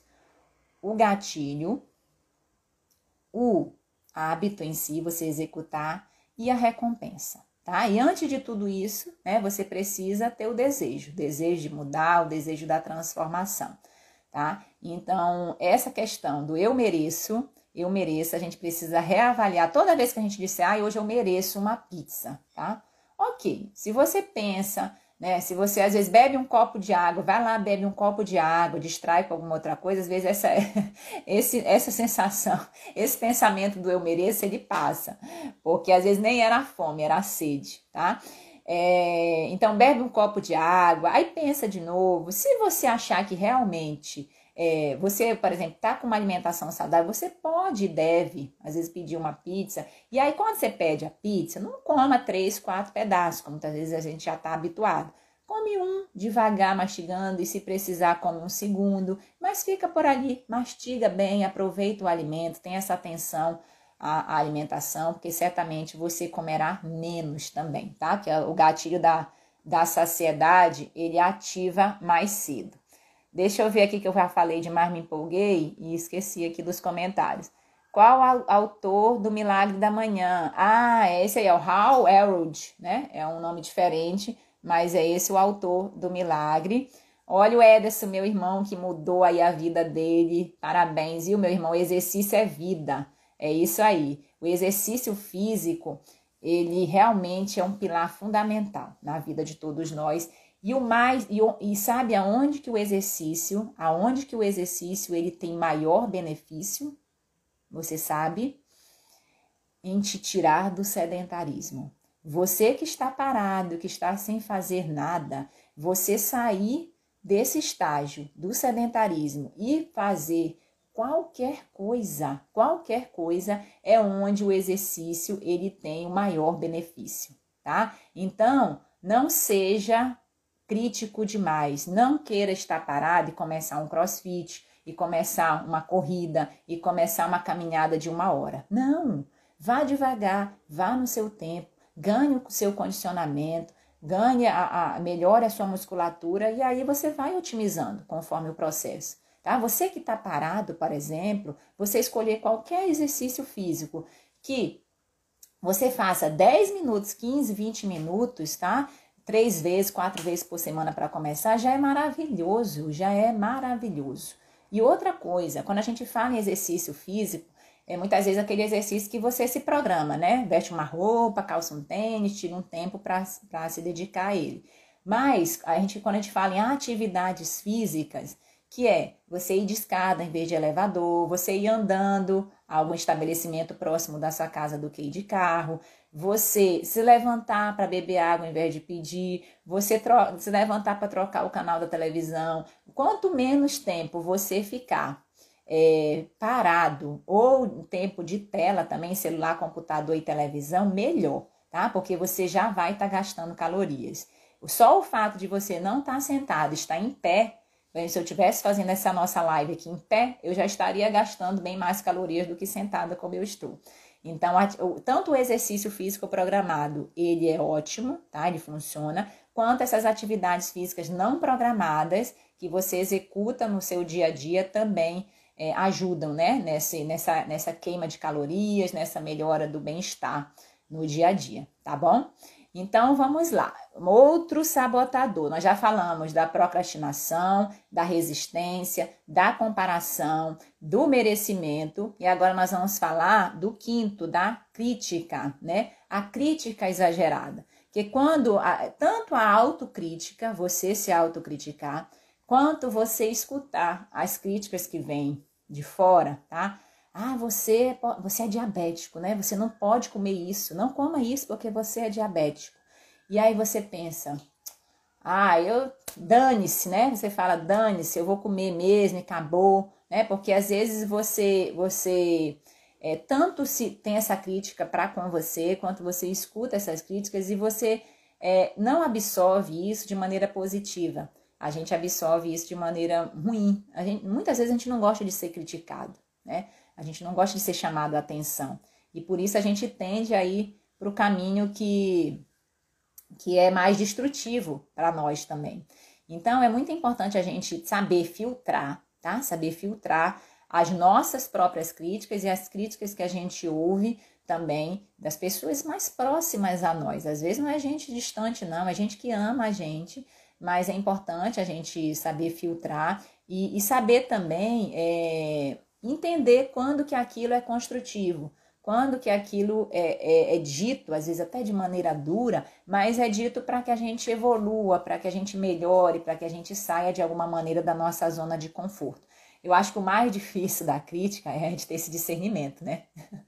O gatilho, o hábito em si, você executar, e a recompensa, tá? E antes de tudo isso, né, você precisa ter o desejo, o desejo de mudar, o desejo da transformação, tá? Então, essa questão do eu mereço, eu mereço, a gente precisa reavaliar toda vez que a gente disser, ah, hoje eu mereço uma pizza, tá? Ok, se você pensa, né, se você às vezes bebe um copo de água, vai lá, bebe um copo de água, distrai com alguma outra coisa, às vezes essa, esse, essa sensação, esse pensamento do eu mereço, ele passa, porque às vezes nem era a fome, era a sede, tá? É, então bebe um copo de água, aí pensa de novo, se você achar que realmente... É, você, por exemplo, está com uma alimentação saudável, você pode e deve, às vezes, pedir uma pizza. E aí, quando você pede a pizza, não coma três, quatro pedaços, como muitas vezes a gente já está habituado. Come um, devagar, mastigando, e se precisar, come um segundo. Mas fica por ali, mastiga bem, aproveita o alimento, tem essa atenção à, à alimentação, porque certamente você comerá menos também, tá? Que o gatilho da, da saciedade, ele ativa mais cedo. Deixa eu ver aqui que eu já falei demais, me empolguei e esqueci aqui dos comentários. Qual o autor do Milagre da Manhã? Ah, esse aí é o Hal Elrod, né? É um nome diferente, mas é esse o autor do Milagre. Olha o Ederson, meu irmão, que mudou aí a vida dele. Parabéns, viu, meu irmão? O exercício é vida. É isso aí. O exercício físico, ele realmente é um pilar fundamental na vida de todos nós. E o mais e, e sabe aonde que o exercício, aonde que o exercício ele tem maior benefício? Você sabe? Em te tirar do sedentarismo. Você que está parado, que está sem fazer nada, você sair desse estágio do sedentarismo e fazer qualquer coisa, qualquer coisa é onde o exercício ele tem o maior benefício, tá? Então, não seja crítico demais, não queira estar parado e começar um crossfit, e começar uma corrida, e começar uma caminhada de uma hora. Não, vá devagar, vá no seu tempo, ganhe o seu condicionamento, ganhe a, a melhore a sua musculatura, e aí você vai otimizando conforme o processo. Tá? Você que está parado, por exemplo, você escolher qualquer exercício físico que você faça dez minutos, quinze, vinte minutos, tá? Três vezes, quatro vezes por semana para começar, já é maravilhoso, já é maravilhoso. E outra coisa, quando a gente fala em exercício físico, é muitas vezes aquele exercício que você se programa, né? Veste uma roupa, calça um tênis, tira um tempo para se dedicar a ele. Mas a gente, quando a gente fala em atividades físicas, que é você ir de escada em vez de elevador, você ir andando a algum estabelecimento próximo da sua casa do que ir de carro, você se levantar para beber água em vez de pedir, você se levantar para trocar o canal da televisão. Quanto menos tempo você ficar é, parado ou tempo de tela também, celular, computador e televisão, melhor, tá? Porque você já vai estar tá gastando calorias. Só o fato de você não estar tá sentado, estar em pé, se eu estivesse fazendo essa nossa live aqui em pé, eu já estaria gastando bem mais calorias do que sentada como eu estou. Então, tanto o exercício físico programado, ele é ótimo, tá? Ele funciona, quanto essas atividades físicas não programadas, que você executa no seu dia a dia, também é, ajudam, né? Nessa, nessa, nessa queima de calorias, nessa melhora do bem-estar no dia a dia, tá bom? Então, vamos lá. Outro sabotador. Nós já falamos da procrastinação, da resistência, da comparação, do merecimento. E agora nós vamos falar do quinto, da crítica, né? A crítica exagerada. Que quando, a, tanto a autocrítica, você se autocriticar, quanto você escutar as críticas que vêm de fora, tá? Ah, você, você é diabético, né? Você não pode comer isso. Não coma isso porque você é diabético. E aí você pensa, ah, eu dane-se, né? Você fala, dane-se, eu vou comer mesmo e acabou, né? Porque às vezes você, você é, tanto se tem essa crítica para com você, quanto você escuta essas críticas e você é, não absorve isso de maneira positiva. A gente absorve isso de maneira ruim. A gente, muitas vezes a gente não gosta de ser criticado, né? A gente não gosta de ser chamado a atenção. E por isso a gente tende a ir para o caminho que, que é mais destrutivo para nós também. Então, é muito importante a gente saber filtrar, tá? Saber filtrar as nossas próprias críticas e as críticas que a gente ouve também das pessoas mais próximas a nós. Às vezes não é gente distante, não. É gente que ama a gente, mas é importante a gente saber filtrar e, e saber também... É, entender quando que aquilo é construtivo, quando que aquilo é, é, é dito, às vezes até de maneira dura, mas é dito para que a gente evolua, para que a gente melhore, para que a gente saia de alguma maneira da nossa zona de conforto. Eu acho que o mais difícil da crítica é a gente ter esse discernimento, né?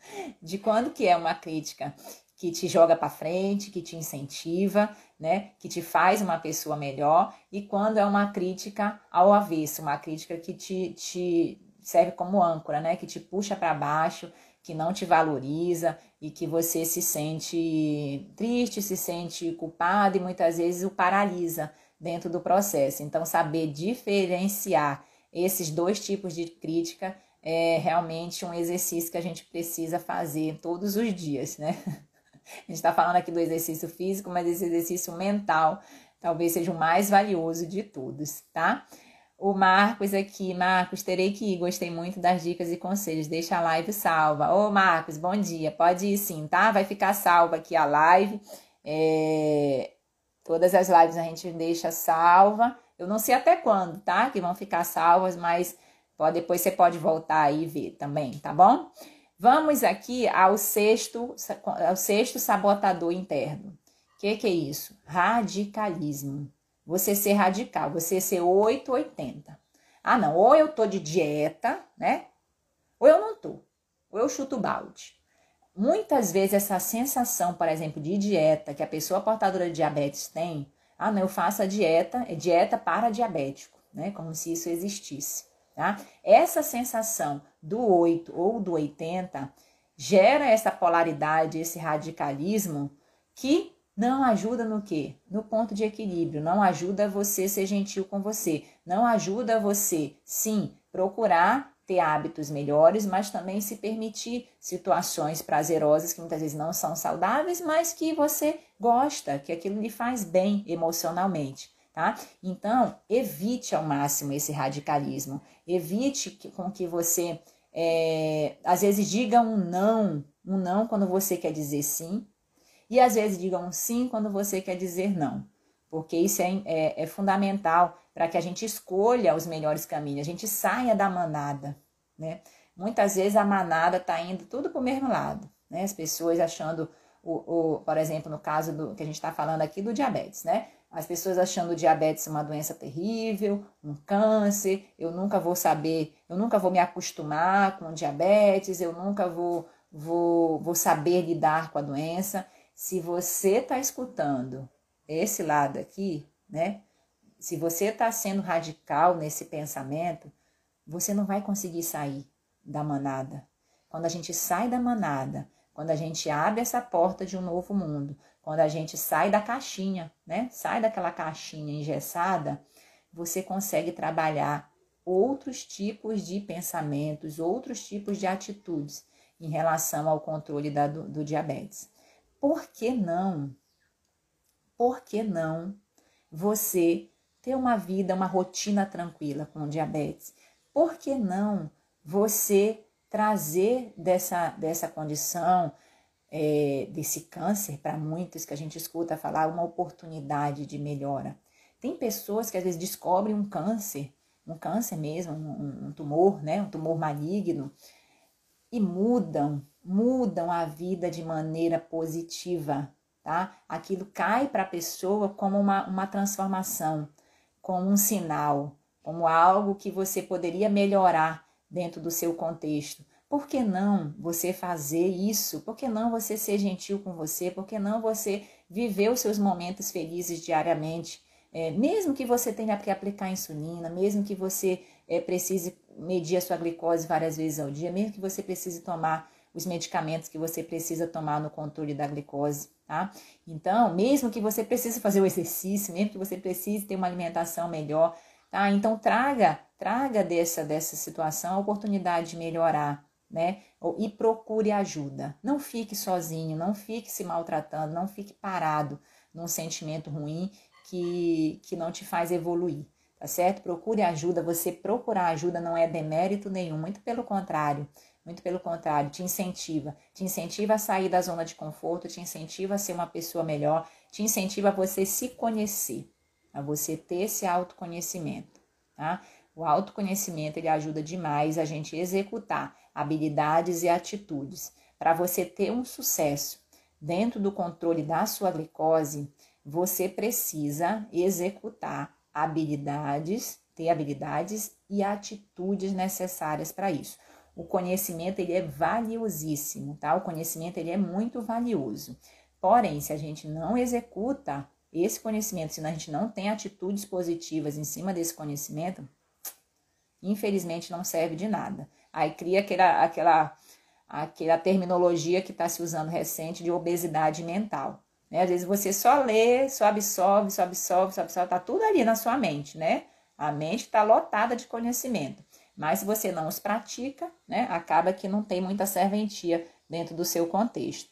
De quando que é uma crítica que te joga para frente, que te incentiva, né? Que te faz uma pessoa melhor, e quando é uma crítica ao avesso, uma crítica que te... te serve como âncora, né? Que te puxa para baixo, que não te valoriza e que você se sente triste, se sente culpado e muitas vezes o paralisa dentro do processo. Então, saber diferenciar esses dois tipos de crítica é realmente um exercício que a gente precisa fazer todos os dias, né? A gente está falando aqui do exercício físico, mas esse exercício mental talvez seja o mais valioso de todos, tá? O Marcos aqui, Marcos, terei que ir, gostei muito das dicas e conselhos, deixa a live salva. Ô Marcos, bom dia, pode ir sim, tá? Vai ficar salva aqui a live, é... todas as lives a gente deixa salva, eu não sei até quando, tá? Que vão ficar salvas, mas pode, depois você pode voltar aí e ver também, tá bom? Vamos aqui ao sexto, ao sexto sabotador interno. O que, que é isso? Radicalismo. Você ser radical, você ser oito ou oitenta. Ah, não, ou eu tô de dieta, né? Ou eu não tô. Ou eu chuto o balde. Muitas vezes essa sensação, por exemplo, de dieta que a pessoa portadora de diabetes tem, ah, não, eu faço a dieta, é dieta para diabético, né? Como se isso existisse, tá? Essa sensação do oito ou do oitenta gera essa polaridade, esse radicalismo que não ajuda no quê? No ponto de equilíbrio, não ajuda você ser gentil com você, não ajuda você, sim, procurar ter hábitos melhores, mas também se permitir situações prazerosas que muitas vezes não são saudáveis, mas que você gosta, que aquilo lhe faz bem emocionalmente, tá? Então, evite ao máximo esse radicalismo, evite que, com que você, é, às vezes, diga um não Um não quando você quer dizer sim. E às vezes diga um sim quando você quer dizer não. Porque isso é, é, é fundamental para que a gente escolha os melhores caminhos, a gente saia da manada, né? Muitas vezes a manada está indo tudo para o mesmo lado, né? As pessoas achando, o, o, por exemplo, no caso do que a gente está falando aqui do diabetes, né? As pessoas achando o diabetes uma doença terrível, um câncer, eu nunca vou saber, eu nunca vou me acostumar com o diabetes, eu nunca vou, vou, vou saber lidar com a doença. Se você está escutando esse lado aqui, né? Se você está sendo radical nesse pensamento, você não vai conseguir sair da manada. Quando a gente sai da manada, quando a gente abre essa porta de um novo mundo, quando a gente sai da caixinha, né? Sai daquela caixinha engessada, você consegue trabalhar outros tipos de pensamentos, outros tipos de atitudes em relação ao controle da, do, do diabetes. Por que não? Por que não você ter uma vida, uma rotina tranquila com o diabetes? Por que não você trazer dessa, dessa condição, é, desse câncer, para muitos que a gente escuta falar, uma oportunidade de melhora? Tem pessoas que às vezes descobrem um câncer, um câncer mesmo, um, um tumor, né, um tumor maligno, e mudam, mudam a vida de maneira positiva, tá? Aquilo cai para a pessoa como uma, uma transformação, como um sinal, como algo que você poderia melhorar dentro do seu contexto. Por que não você fazer isso? Por que não você ser gentil com você? Por que não você viver os seus momentos felizes diariamente? É, mesmo que você tenha que aplicar insulina, mesmo que você é, precise medir a sua glicose várias vezes ao dia, mesmo que você precise tomar os medicamentos que você precisa tomar no controle da glicose, tá? Então, mesmo que você precise fazer o exercício, mesmo que você precise ter uma alimentação melhor, tá? Então, traga, traga dessa, dessa situação a oportunidade de melhorar, né? E procure ajuda. Não fique sozinho, não fique se maltratando, não fique parado num sentimento ruim que, que não te faz evoluir, tá certo? Procure ajuda. Você procurar ajuda não é demérito nenhum, muito pelo contrário, muito pelo contrário, te incentiva, te incentiva a sair da zona de conforto, te incentiva a ser uma pessoa melhor, te incentiva a você se conhecer, a você ter esse autoconhecimento, tá? O autoconhecimento, ele ajuda demais a gente executar habilidades e atitudes. Para você ter um sucesso dentro do controle da sua glicose, você precisa executar habilidades, ter habilidades e atitudes necessárias para isso. O conhecimento, ele é valiosíssimo, tá? O conhecimento, ele é muito valioso. Porém, se a gente não executa esse conhecimento, se a gente não tem atitudes positivas em cima desse conhecimento, infelizmente não serve de nada. Aí cria aquela, aquela, aquela terminologia que está se usando recente de obesidade mental. Né? Às vezes você só lê, só absorve, só absorve, só absorve, está tudo ali na sua mente, né? A mente está lotada de conhecimento. Mas se você não os pratica, né, acaba que não tem muita serventia dentro do seu contexto.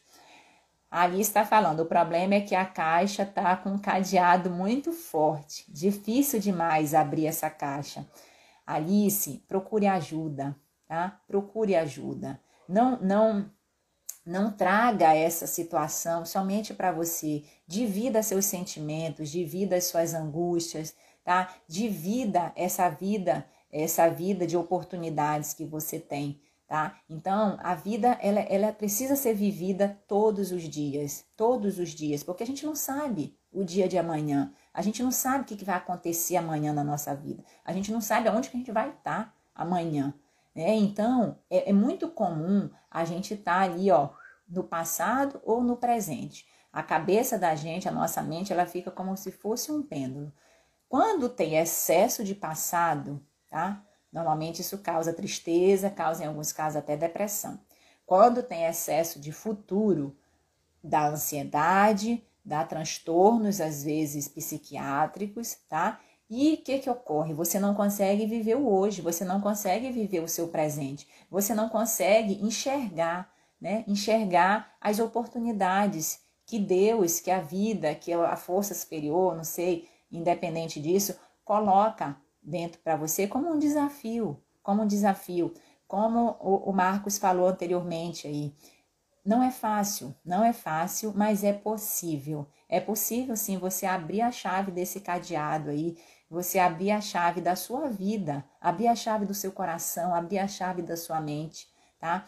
Ali está falando, o problema é que a caixa está com um cadeado muito forte, difícil demais abrir essa caixa. Alice, procure ajuda, tá? Procure ajuda. Não, não, não traga essa situação somente para você. Divida seus sentimentos, divida as suas angústias, tá? Divida essa vida, essa vida de oportunidades que você tem, tá? Então, a vida, ela, ela precisa ser vivida todos os dias, todos os dias, porque a gente não sabe o dia de amanhã, a gente não sabe o que vai acontecer amanhã na nossa vida, a gente não sabe aonde que a gente vai estar amanhã, né? Então, é, é muito comum a gente estar ali, ó, no passado ou no presente. A cabeça da gente, a nossa mente, ela fica como se fosse um pêndulo. Quando tem excesso de passado, tá? Normalmente isso causa tristeza, causa em alguns casos até depressão. Quando tem excesso de futuro, dá ansiedade, dá transtornos, às vezes psiquiátricos, tá? E o que que ocorre? Você não consegue viver o hoje, você não consegue viver o seu presente, você não consegue enxergar, né? Enxergar as oportunidades que Deus, que a vida, que a força superior, não sei, independente disso, coloca dentro para você como um desafio, como um desafio, como o, o Marcos falou anteriormente aí. não é fácil, não é fácil, mas é possível. É possível sim você abrir a chave desse cadeado aí, você abrir a chave da sua vida, abrir a chave do seu coração, abrir a chave da sua mente, tá?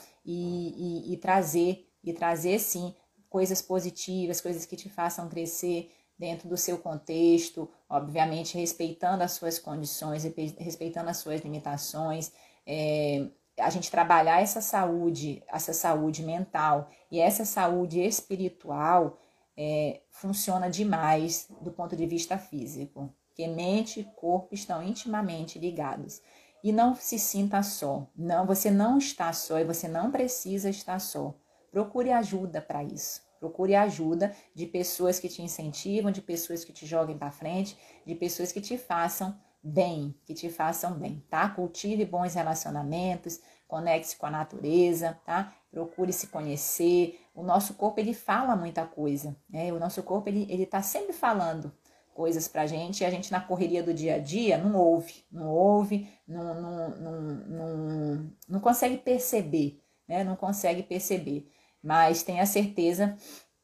E, e, e trazer, e trazer sim coisas positivas, coisas que te façam crescer dentro do seu contexto, obviamente respeitando as suas condições, respeitando as suas limitações, é, a gente trabalhar essa saúde, essa saúde mental e essa saúde espiritual é, funciona demais do ponto de vista físico, porque mente e corpo estão intimamente ligados. E não se sinta só, não, você não está só e você não precisa estar só. Procure ajuda para isso. Procure ajuda de pessoas que te incentivam, de pessoas que te joguem para frente, de pessoas que te façam bem, que te façam bem, tá? Cultive bons relacionamentos, conecte-se com a natureza, tá? Procure se conhecer. O nosso corpo, ele fala muita coisa, né? O nosso corpo, ele, ele tá sempre falando coisas pra gente e a gente na correria do dia a dia não ouve, não ouve, não, não, não, não, não consegue perceber, né? Não consegue perceber. Mas tenha certeza,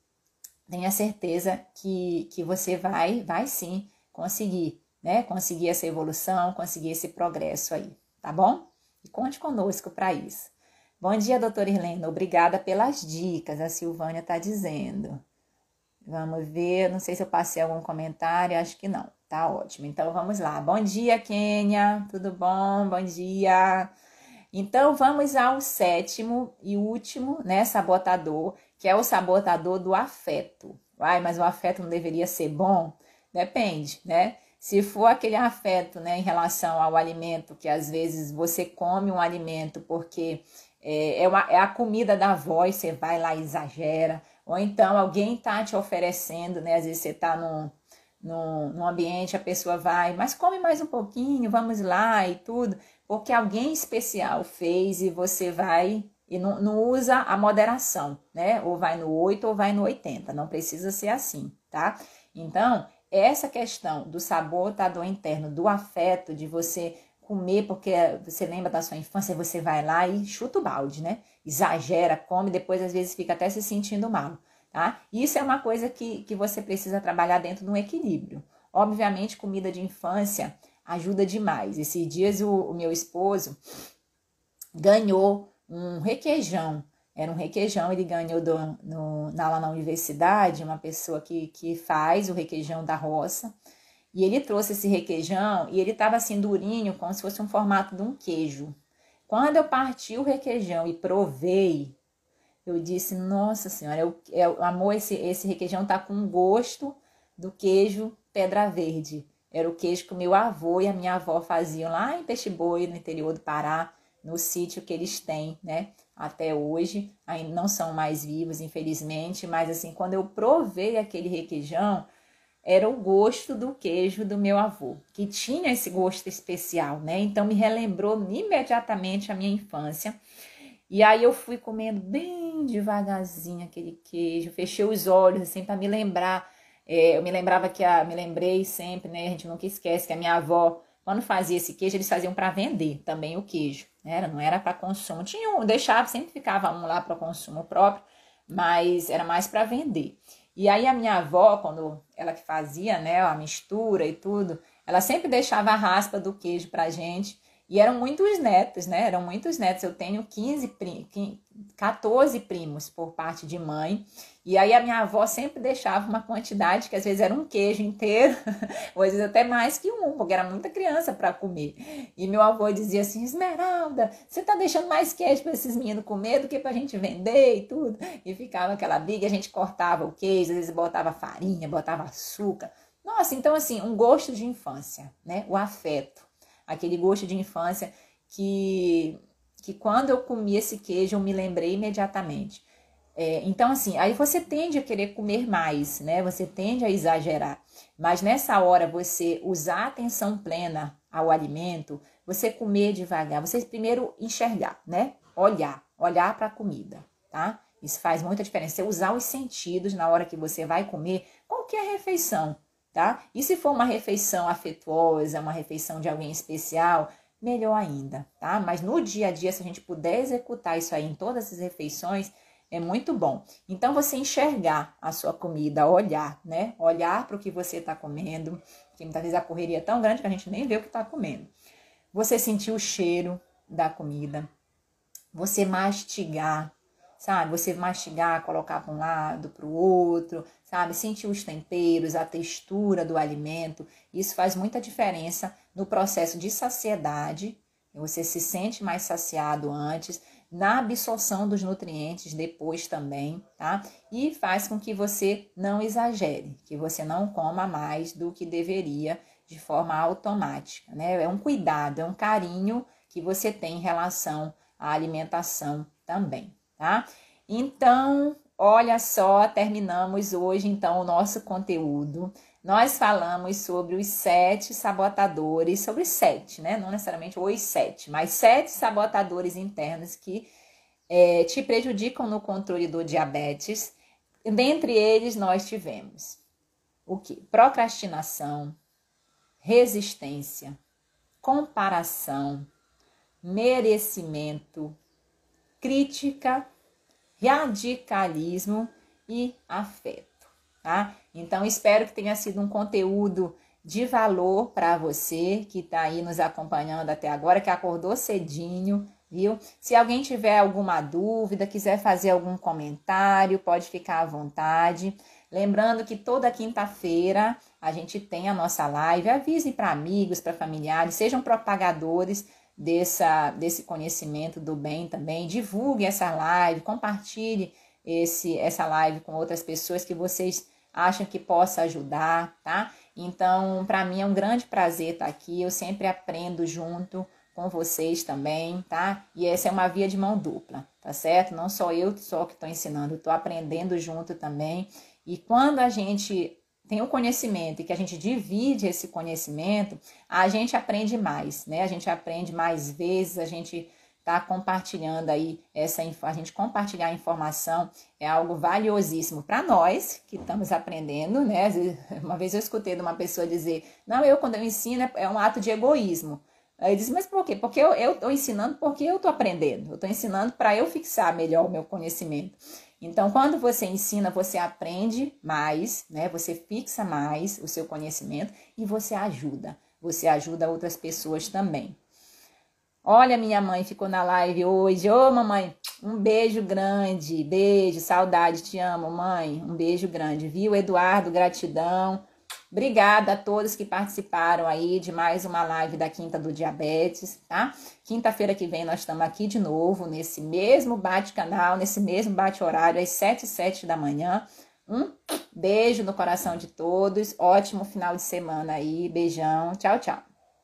tenha certeza que, que você vai, vai sim conseguir, né? Conseguir essa evolução, conseguir esse progresso aí, tá bom? E conte conosco para isso. Bom dia, doutora Irlena. Obrigada pelas dicas, a Silvânia está dizendo. Vamos ver, não sei se eu passei algum comentário, acho que não. Tá ótimo, então vamos lá. Bom dia, Kênia, tudo bom? Bom dia. Então, vamos ao sétimo e último, né, sabotador, que é o sabotador do afeto. Ai, mas o afeto não deveria ser bom? Depende, né? Se for aquele afeto, né, em relação ao alimento, que às vezes você come um alimento porque é, é, uma, é a comida da avó e você vai lá e exagera, ou então alguém tá te oferecendo, né, às vezes você tá num, num, num ambiente, a pessoa vai, mas come mais um pouquinho, vamos lá e tudo, porque alguém especial fez e você vai e não, não usa a moderação, né? Ou vai no oito ou vai no oitenta, não precisa ser assim, tá? Então, essa questão do sabotador interno, do afeto, de você comer porque você lembra da sua infância, você vai lá e chuta o balde, né? Exagera, come, depois às vezes fica até se sentindo mal, tá? Isso é uma coisa que, que você precisa trabalhar dentro de um equilíbrio. Obviamente, comida de infância ajuda demais. Esses dias o, o meu esposo ganhou um requeijão. Era um requeijão, ele ganhou do, no, na, lá na universidade, uma pessoa que, que faz o requeijão da roça. E ele trouxe esse requeijão e ele estava assim durinho, como se fosse um formato de um queijo. Quando eu parti o requeijão e provei, eu disse, nossa senhora, eu, eu, amor, esse, esse requeijão tá com gosto do queijo Pedra Verde. Era o queijo que o meu avô e a minha avó faziam lá em Peixe-Boi, no interior do Pará, no sítio que eles têm, né? Até hoje, ainda não são mais vivos, infelizmente, mas assim, quando eu provei aquele requeijão, era o gosto do queijo do meu avô, que tinha esse gosto especial, né? Então me relembrou imediatamente a minha infância. E aí eu fui comendo bem devagarzinho aquele queijo, fechei os olhos assim para me lembrar. É, eu me lembrava que a, me lembrei sempre, né? A gente nunca esquece que a minha avó, quando fazia esse queijo, eles faziam para vender também o queijo, né? Não era para consumo. Tinha um, deixava, sempre ficava um lá para consumo próprio, mas era mais para vender. E aí a minha avó, quando ela que fazia, né, a mistura e tudo, ela sempre deixava a raspa do queijo pra gente. E eram muitos netos, né? Eram muitos netos. Eu tenho quinze, quatorze primos por parte de mãe. E aí a minha avó sempre deixava uma quantidade, que às vezes era um queijo inteiro, ou às vezes até mais que um, porque era muita criança para comer. E meu avô dizia assim, Esmeralda, você tá deixando mais queijo para esses meninos comer do que pra gente vender e tudo. E ficava aquela briga, a gente cortava o queijo, às vezes botava farinha, botava açúcar. Nossa, então assim, um gosto de infância, né? O afeto. Aquele gosto de infância que, que quando eu comi esse queijo eu me lembrei imediatamente. É, então assim, aí você tende a querer comer mais, né? Você tende a exagerar. Mas nessa hora você usar a atenção plena ao alimento, você comer devagar, você primeiro enxergar, né? Olhar, olhar para a comida, tá? Isso faz muita diferença. Você usar os sentidos na hora que você vai comer qualquer refeição. Tá? E se for uma refeição afetuosa, uma refeição de alguém especial, melhor ainda, tá? Mas no dia a dia, se a gente puder executar isso aí em todas as refeições, é muito bom. Então, você enxergar a sua comida, olhar, né? Olhar para o que você está comendo, que muitas vezes a correria é tão grande que a gente nem vê o que está comendo. Você sentir o cheiro da comida, você mastigar, sabe? Você mastigar, colocar para um lado, para o outro, sabe? Sentir os temperos, a textura do alimento. Isso faz muita diferença no processo de saciedade. Você se sente mais saciado antes, na absorção dos nutrientes depois também, tá? E faz com que você não exagere, que você não coma mais do que deveria de forma automática, né? É um cuidado, é um carinho que você tem em relação à alimentação também, tá? Então, olha só, terminamos hoje então o nosso conteúdo. Nós falamos sobre os sete sabotadores, sobre sete, né? Não necessariamente os sete, mas sete sabotadores internos que é, te prejudicam no controle do diabetes. Dentre eles, nós tivemos o quê? Procrastinação, resistência, comparação, merecimento, crítica, radicalismo e afeto, tá? Então, espero que tenha sido um conteúdo de valor para você que está aí nos acompanhando até agora, que acordou cedinho, viu? Se alguém tiver alguma dúvida, quiser fazer algum comentário, pode ficar à vontade. Lembrando que toda quinta-feira a gente tem a nossa live. Avise para amigos, para familiares, sejam propagadores dessa, desse conhecimento do bem também. Divulgue essa live, compartilhe esse, essa live com outras pessoas que vocês acham que possa ajudar, tá? Então, para mim é um grande prazer estar aqui. Eu sempre aprendo junto com vocês também, tá? E essa é uma via de mão dupla, tá certo? Não só eu só que estou ensinando, estou aprendendo junto também. E quando a gente tem o conhecimento e que a gente divide esse conhecimento, a gente aprende mais, né? A gente aprende mais vezes, a gente tá compartilhando aí essa a gente compartilhar a informação é algo valiosíssimo para nós que estamos aprendendo, né? Uma vez eu escutei de uma pessoa dizer: "Não, eu quando eu ensino é um ato de egoísmo". Aí eu disse: "Mas por quê?" Porque eu eu tô ensinando porque eu tô aprendendo. Eu tô ensinando para eu fixar melhor o meu conhecimento. Então, quando você ensina, você aprende mais, né? Você fixa mais o seu conhecimento e você ajuda. Você ajuda outras pessoas também. Olha, minha mãe ficou na live hoje. Ô, mamãe, um beijo grande. Beijo, saudade, te amo, mãe. Um beijo grande, viu? Eduardo, gratidão. Obrigada a todos que participaram aí de mais uma live da Quinta do Diabetes, tá? Quinta-feira que vem nós estamos aqui de novo, nesse mesmo bate-canal, nesse mesmo bate-horário, às sete e sete da manhã. Um beijo no coração de todos. Ótimo final de semana aí. Beijão. Tchau, tchau.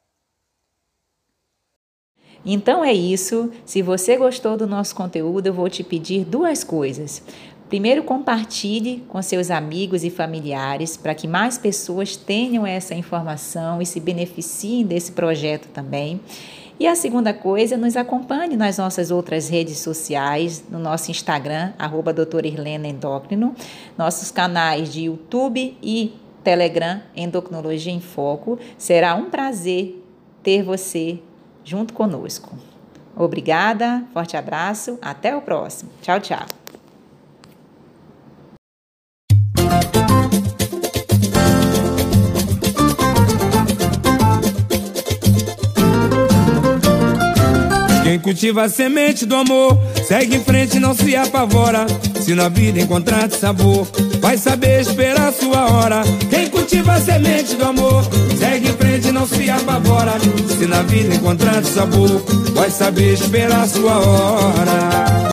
Então é isso. Se você gostou do nosso conteúdo, eu vou te pedir duas coisas. Primeiro, compartilhe com seus amigos e familiares para que mais pessoas tenham essa informação e se beneficiem desse projeto também. E a segunda coisa, nos acompanhe nas nossas outras redes sociais, no nosso Instagram, arroba doutora Irlena Endócrino, nossos canais de YouTube e Telegram, Endocrinologia em Foco. Será um prazer ter você junto conosco. Obrigada, forte abraço, até o próximo. Tchau, tchau. Quem cultiva a semente do amor segue em frente e não se apavora. Se na vida encontrar sabor, vai saber esperar a sua hora. Quem cultiva a semente do amor segue em frente e não se apavora. Se na vida encontrar sabor, vai saber esperar a sua hora.